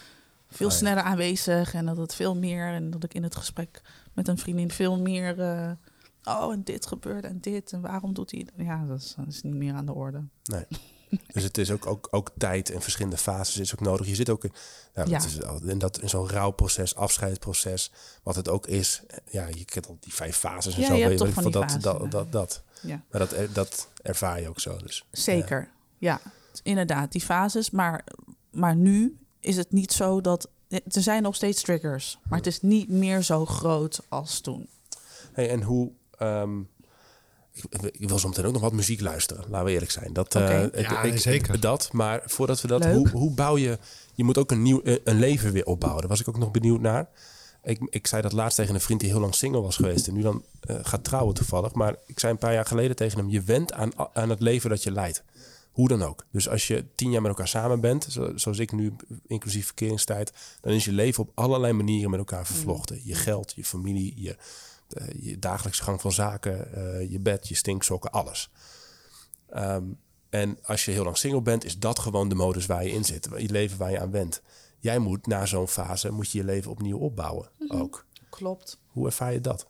veel Oh, ja. sneller aanwezig. En dat het veel meer... En dat ik in het gesprek met een vriendin veel meer... Uh, oh, en dit gebeurde en dit. En waarom doet hij... Ja, dat is, dat is niet meer aan de orde. Nee. Dus het is ook, ook, ook tijd en verschillende fases is ook nodig. Je zit ook in, nou, Ja. dat is, in, dat, in zo'n rouwproces, afscheidsproces, wat het ook is. Ja, je kent al die vijf fases en Ja, zo. je hebt weet toch ik van veel, die dat, fases, dat, ja. dat, dat. Ja. Maar dat, dat ervaar je ook zo. Dus, Zeker, ja. Inderdaad, die fases. Maar, maar nu is het niet zo dat... Er zijn nog steeds triggers. Maar het is niet meer zo groot als toen. Hey, en hoe... Um, ik, ik wil zo meteen ook nog wat muziek luisteren, laten we eerlijk zijn. Dat, Okay. uh, Ja, ik, ik, zeker. Dat, maar voordat we dat... Leuk. Hoe, hoe bouw je... Je moet ook een nieuw een leven weer opbouwen. Daar was ik ook nog benieuwd naar. Ik, ik zei dat laatst tegen een vriend die heel lang single was geweest... en nu dan uh, gaat trouwen toevallig. Maar ik zei een paar jaar geleden tegen hem... je went aan, aan het leven dat je leidt. Hoe dan ook. Dus als je tien jaar met elkaar samen bent... Zo, zoals ik nu, inclusief verkeringstijd... dan is je leven op allerlei manieren met elkaar vervlochten. Je geld, je familie, je, uh, je dagelijkse gang van zaken... Uh, je bed, je stinksokken, alles. Um, en als je heel lang single bent... is dat gewoon de modus waar je in zit. Je leven waar je aan went. Jij moet na zo'n fase... moet je je leven opnieuw opbouwen Mm-hmm. ook. Klopt. Hoe ervaar je dat?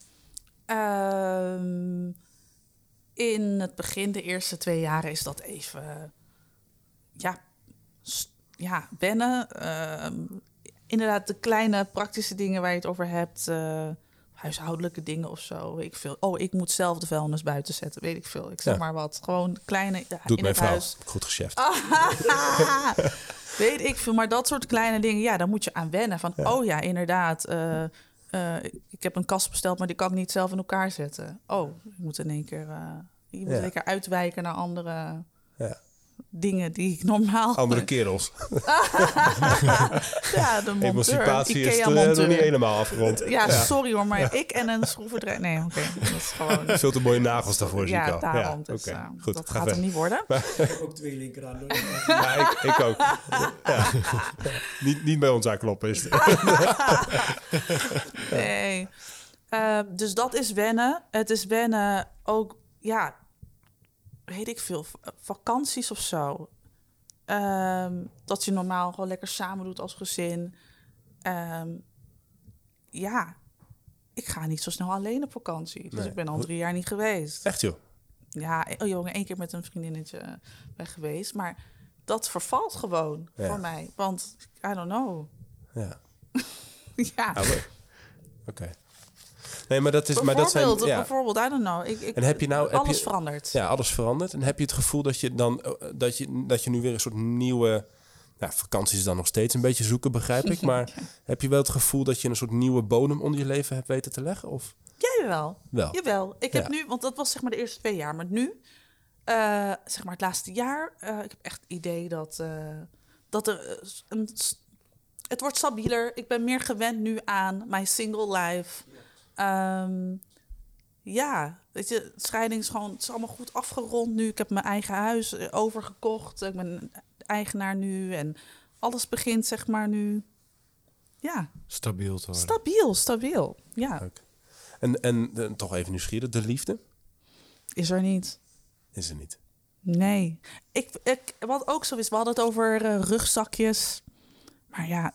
Um, in het begin, de eerste twee jaren, is dat even... Uh, ja, st- ja, wennen. Uh, inderdaad, de kleine praktische dingen waar je het over hebt... Uh, huishoudelijke dingen of zo, weet ik veel. Oh, ik moet zelf de vuilnis buiten zetten, weet ik veel. Ik zeg Ja. maar wat. Gewoon kleine... Ja, Doet in mijn het vrouw. huis. Goed geschäft. Ah, weet ik veel. Maar dat soort kleine dingen, ja, daar moet je aan wennen. Van, Ja. oh ja, inderdaad. Uh, uh, ik heb een kast besteld, maar die kan ik niet zelf in elkaar zetten. Oh, ik moet in één keer... Uh, je moet Ja. in één keer uitwijken naar andere Ja. dingen die ik normaal... Andere kerels. Ja, de monteur. Emancipatie is er IKEA-monteur. nog niet helemaal afgerond. Ja, sorry hoor, maar ik en een schroevendraaier... Nee, oké, okay, dat is gewoon... Veel te mooie nagels daarvoor, zie ik Ja, al. daarom. Ja, Dus, oké. uh, Goed, dat ga gaat verder. er niet worden. Ik heb ook twee linkerhanden. Ja, ik, ik ook. Ja. niet, niet bij ons aankloppen is het. Nee. Uh, dus dat is wennen. Het is wennen ook, ja, weet ik veel, vakanties of zo. Um, dat je normaal gewoon lekker samen doet als gezin. Um, ja, ik ga niet zo snel alleen op vakantie. Dus Nee. ik ben al drie jaar niet geweest. Echt joh? Ja, oh jongen, één keer met een vriendinnetje weg geweest. Maar dat vervalt gewoon Ja. voor mij. Want, I don't know. Ja. Ja. Ah, leuk. Oké. Okay. Nee, maar dat is... Maar dat zijn, ja. Bijvoorbeeld, I don't know. Ik, ik, En heb je nou... Heb alles je, verandert. Ja, alles verandert. En heb je het gevoel dat je dan... Dat je, dat je nu weer een soort nieuwe... Nou, vakanties is dan nog steeds een beetje zoeken, begrijp ik. Maar ja. Heb je wel het gevoel dat je een soort nieuwe bodem onder je leven hebt weten te leggen? Of? Ja, jawel. Wel. Jawel. Ik heb Ja. nu... Want dat was zeg maar de eerste twee jaar. Maar nu, uh, zeg maar het laatste jaar... Uh, ik heb echt het idee dat... Uh, dat er uh, een... Het wordt stabieler. Ik ben meer gewend nu aan mijn single life. Um, ja, weet je, scheiding is gewoon... Het is allemaal goed afgerond nu. Ik heb mijn eigen huis overgekocht. Ik ben eigenaar nu. En alles begint zeg maar nu... Ja. Stabiel te worden. Stabiel, stabiel. Ja. Leuk. En, en, en toch even nieuwsgierig. De liefde? Is er niet. Is er niet. Nee. Ik, ik, wat ook zo is, we hadden het over uh, rugzakjes. Maar ja...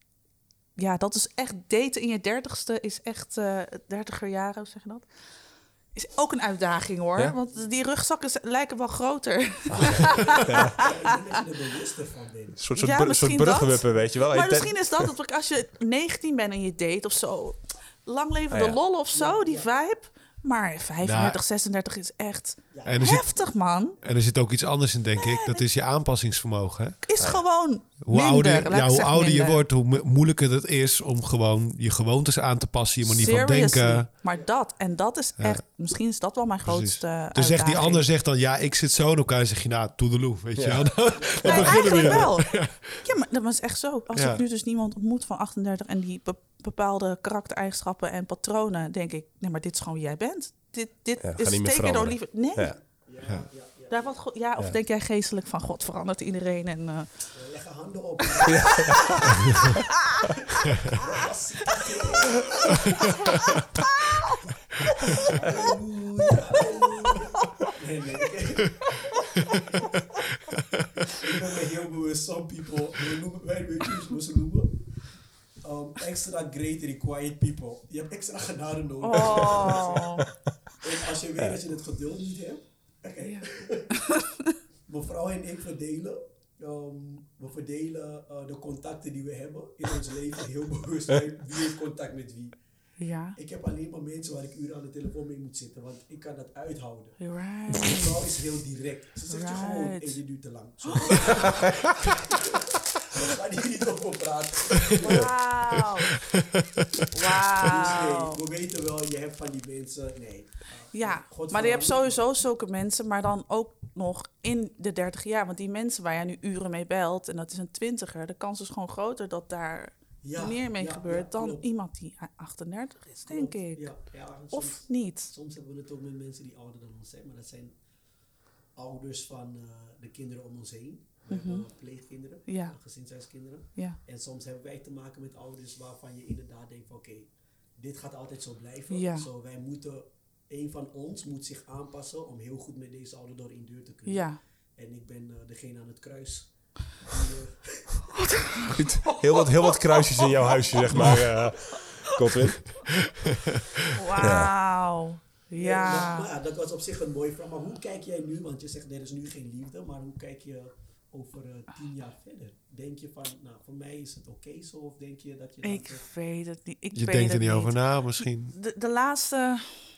Ja, dat is echt... Daten in je dertigste is echt... Uh, dertiger jaren, hoe zeg je dat? Is ook een uitdaging, hoor. Ja? Want die rugzakken lijken wel groter. Oh, ja. Ja. Ik ben er bewuster van. Een soort, soort, Ja, br- misschien soort bruggenwippen, weet je wel. Maar Ik denk- misschien is dat... dat als je negentien bent en je date of zo... Lang leven de Ah, ja. lol of zo, die vibe. Maar vijfendertig, Nou, zesendertig is echt En er, zit, heftig, man. en er zit ook iets anders in, denk ik. Dat is je aanpassingsvermogen. Hè? Is gewoon Hoe minder. ouder, laat ik ja, hoe zeggen ouder je minder. wordt, hoe mo- moeilijker het is om gewoon je gewoontes aan te passen, je manier van Seriously. denken. Maar dat, en dat is Ja. echt... Misschien is dat wel mijn Precies. grootste Dus zegt uitdaging. die ander zegt dan, ja, ik zit zo in elkaar. Dan zeg je, nou, toedeloe, weet Ja. je wel. Dan, dan Nee, beginnen we eigenlijk weer. wel. Ja, maar dat was echt zo. Als Ja. ik nu dus iemand ontmoet van achtendertig... en die be- bepaalde karaktereigenschappen en patronen... denk ik, nee, maar dit is gewoon wie jij bent. Dit, dit Ja, ga is niet meer teken door veranderen. liefde. Nee. Ja. Ja. Daar wat go- ja, of Ja. denk jij geestelijk van... God, verandert iedereen en... Uh, Leg handen op. Nee, nee. Ik ben me heel with some people, we noemen, wij weten ze noemen, um, extra great required people. Je hebt extra genade nodig. Oh. En als je weet dat je het geduld niet hebt, okay. Ja. Mevrouw en ik verdelen, um, we verdelen uh, de contacten die we hebben in ons leven heel bewust. Wie heeft contact met wie? Ja. Ik heb alleen maar mensen waar ik uren aan de telefoon mee moet zitten, want ik kan dat uithouden. Right. Dus de vrouw is heel direct. Ze zegt Right. je gewoon en je duurt te lang. We gaan hier niet over praten. Wauw. Wauw. Dus nee, we weten wel, je hebt van die mensen, nee. Ja, God maar je hebt verandert. sowieso zulke mensen, maar dan ook nog in de dertig jaar. Want die mensen waar jij nu uren mee belt, en dat is een twintiger, de kans is gewoon groter dat daar Ja, meer mee ja, gebeurt ja, dan klopt. iemand die achtendertig is, denk Klopt, ik. Ja, ja, soms, Of niet. soms hebben we het ook met mensen die ouder dan ons zijn, maar dat zijn ouders van uh, de kinderen om ons heen. We Mhm. hebben pleegkinderen, Ja. uh, gezinshuiskinderen. Ja. En soms hebben wij te maken met ouders waarvan je inderdaad denkt van oké, okay, dit gaat altijd zo blijven. Ja. Zo, wij moeten, een van ons moet zich aanpassen om heel goed met deze ouder door in deur te kunnen. Ja. En ik ben uh, degene aan het kruis. Die, uh, Heel wat, heel wat kruisjes in jouw huisje, zeg maar. Uh, Godwin. Wauw. Ja. Maar, maar ja, dat was op zich een mooi vraag. Maar hoe kijk jij nu, want je zegt er is nu geen liefde, maar hoe kijk je over uh, tien jaar verder? Denk je van, nou voor mij is het oké okay zo, of denk je dat je... dat Ik het- weet het niet. Ik Je weet denkt er het niet over na, misschien. De, de laatste,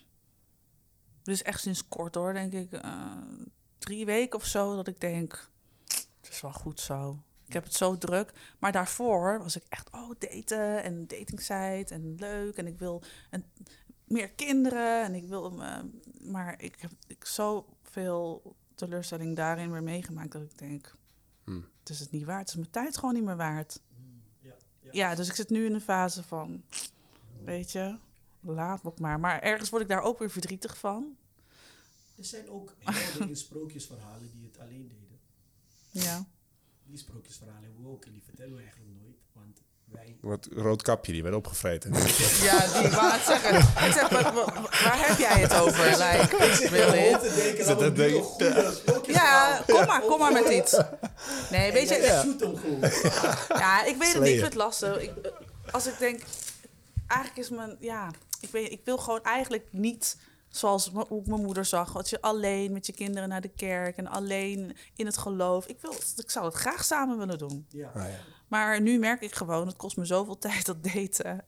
dus echt sinds kort hoor, denk ik, uh, drie weken of zo, dat ik denk, het is wel goed zo. Ik heb het zo druk. Maar daarvoor was ik echt, oh, daten en datingsite en leuk. En ik wil een, meer kinderen en ik wil, uh, maar ik heb ik zoveel teleurstelling daarin weer meegemaakt dat ik denk, Hmm. het is het niet waard. Het is mijn tijd gewoon niet meer waard. Ja, ja. Ja, dus ik zit nu in een fase van, weet je, laat me ook maar. Maar ergens word ik daar ook weer verdrietig van. Er zijn ook helden in sprookjesverhalen die het alleen deden. Ja. Die sprookjesverhalen hebben we ook en die vertellen we eigenlijk nooit, want wij... Wat rood kapje, die werd opgevreten. Ja, die wou het zeggen. Ik zeg, wa- wa- waar heb jij het over? Like, Willy? te denken Zit dat we dat nu ding- een goede Ja, sprookjesverhaal... kom maar, kom maar met iets. Nee, weet En je, jij shoot hem gewoon. ja, ik weet het niet. Ik Slayer. vind het lastig. Ik, als ik denk, eigenlijk is mijn, ja, ik weet, ik wil gewoon eigenlijk niet zoals m- hoe ik mijn moeder zag, dat je alleen met je kinderen naar de kerk en alleen in het geloof. Ik wil, ik zou het graag samen willen doen. Ja. Ah, ja. Maar nu merk ik gewoon, het kost me zoveel tijd dat daten,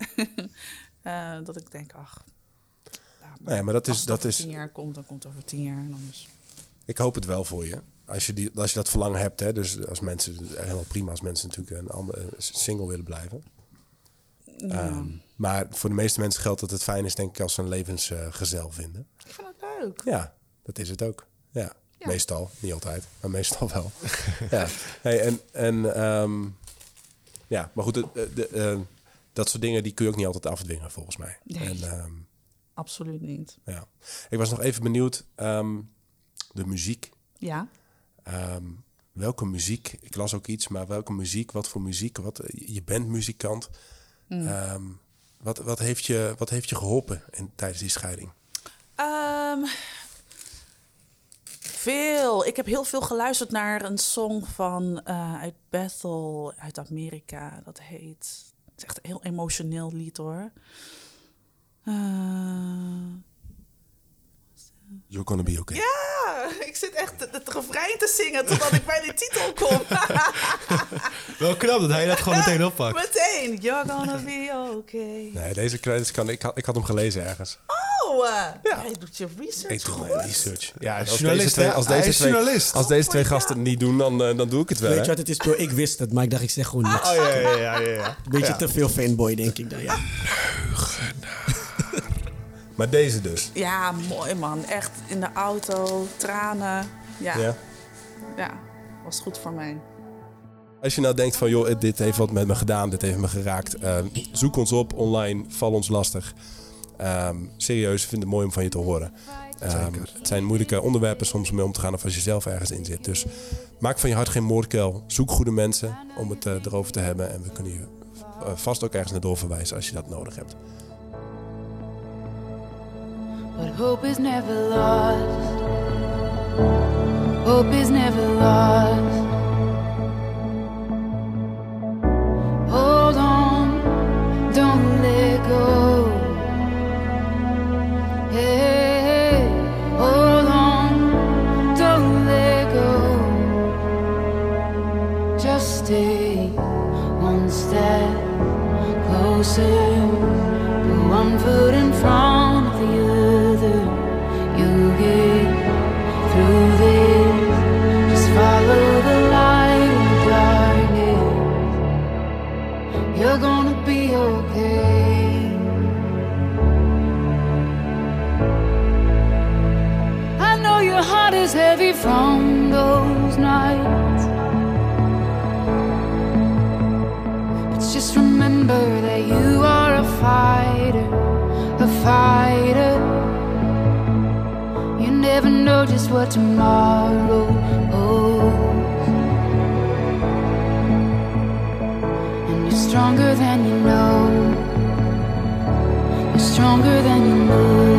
uh, dat ik denk, ach. Ja, Nou ja, maar dat is- als het dat over is- tien jaar komt, dan komt het over tien jaar en anders. Ik hoop het wel voor je. Als je, die, als je dat verlangen hebt, hè, dus als mensen, helemaal prima als mensen natuurlijk een andere single willen blijven. Ja. Um, maar voor de meeste mensen geldt dat het fijn is, denk ik, als ze een levensgezel vinden. Ik vind het leuk. Ja, dat is het ook. Ja, Ja. meestal. Niet altijd, maar meestal wel. Ja. Hey, en en um, ja, maar goed, de, de, de, uh, dat soort dingen die kun je ook niet altijd afdwingen, volgens mij. Nee. En, um, Absoluut niet. ja. Ik was nog even benieuwd, um, de muziek. Ja. Um, welke muziek, ik las ook iets, maar welke muziek, wat voor muziek, wat, je bent muzikant. Mm. Um, wat, wat, heeft je, wat heeft je geholpen in, tijdens die scheiding? Um, veel. Ik heb heel veel geluisterd naar een song van uh, uit Bethel, uit Amerika. Dat heet... Het is echt een heel emotioneel lied, hoor. Uh, You're gonna be okay. ja, ik zit echt het, het refrein te zingen totdat ik bij de titel kom. Wel knap dat hij dat gewoon meteen oppakt. Meteen. You're gonna be okay. Nee, deze credits kan ik. Had, ik had hem gelezen ergens. Oh, uh, jij doet je research Ik doe goed. mijn research. Ja, als journalist, deze twee, hè? als Hij deze is twee, journalist. als deze twee Oh my gasten God. het niet doen, dan, uh, dan doe ik het wel. Weet Hè? je wat het is, bro? Ik wist het, maar ik dacht, ik zeg gewoon niks. Oh ja, ja, ja, ja. ja. Beetje Ja. te veel fanboy, denk ik dan, ja. Maar deze dus. Ja, mooi man. Echt in de auto, tranen. Ja, ja. Ja. was goed voor mij. Als je nou denkt van, joh, dit heeft wat met me gedaan, dit heeft me geraakt. Uh, zoek ons op online, val ons lastig. Um, serieus, ik vind het mooi om van je te horen. Um, het zijn moeilijke onderwerpen soms om mee om te gaan of als je zelf ergens in zit. Dus maak van je hart geen moordkuil. Zoek goede mensen om het uh, erover te hebben. En we kunnen je uh, vast ook ergens naar doorverwijzen als je dat nodig hebt. But hope is never lost. Hope is never lost. closer, put one foot in front of the other. You'll get through this. Just follow the light in the darkness. You're gonna be okay. I know your heart is heavy from those nights, but just remember that you are a fighter, a fighter. You never know just what tomorrow holds, and you're stronger than you know. You're stronger than you know.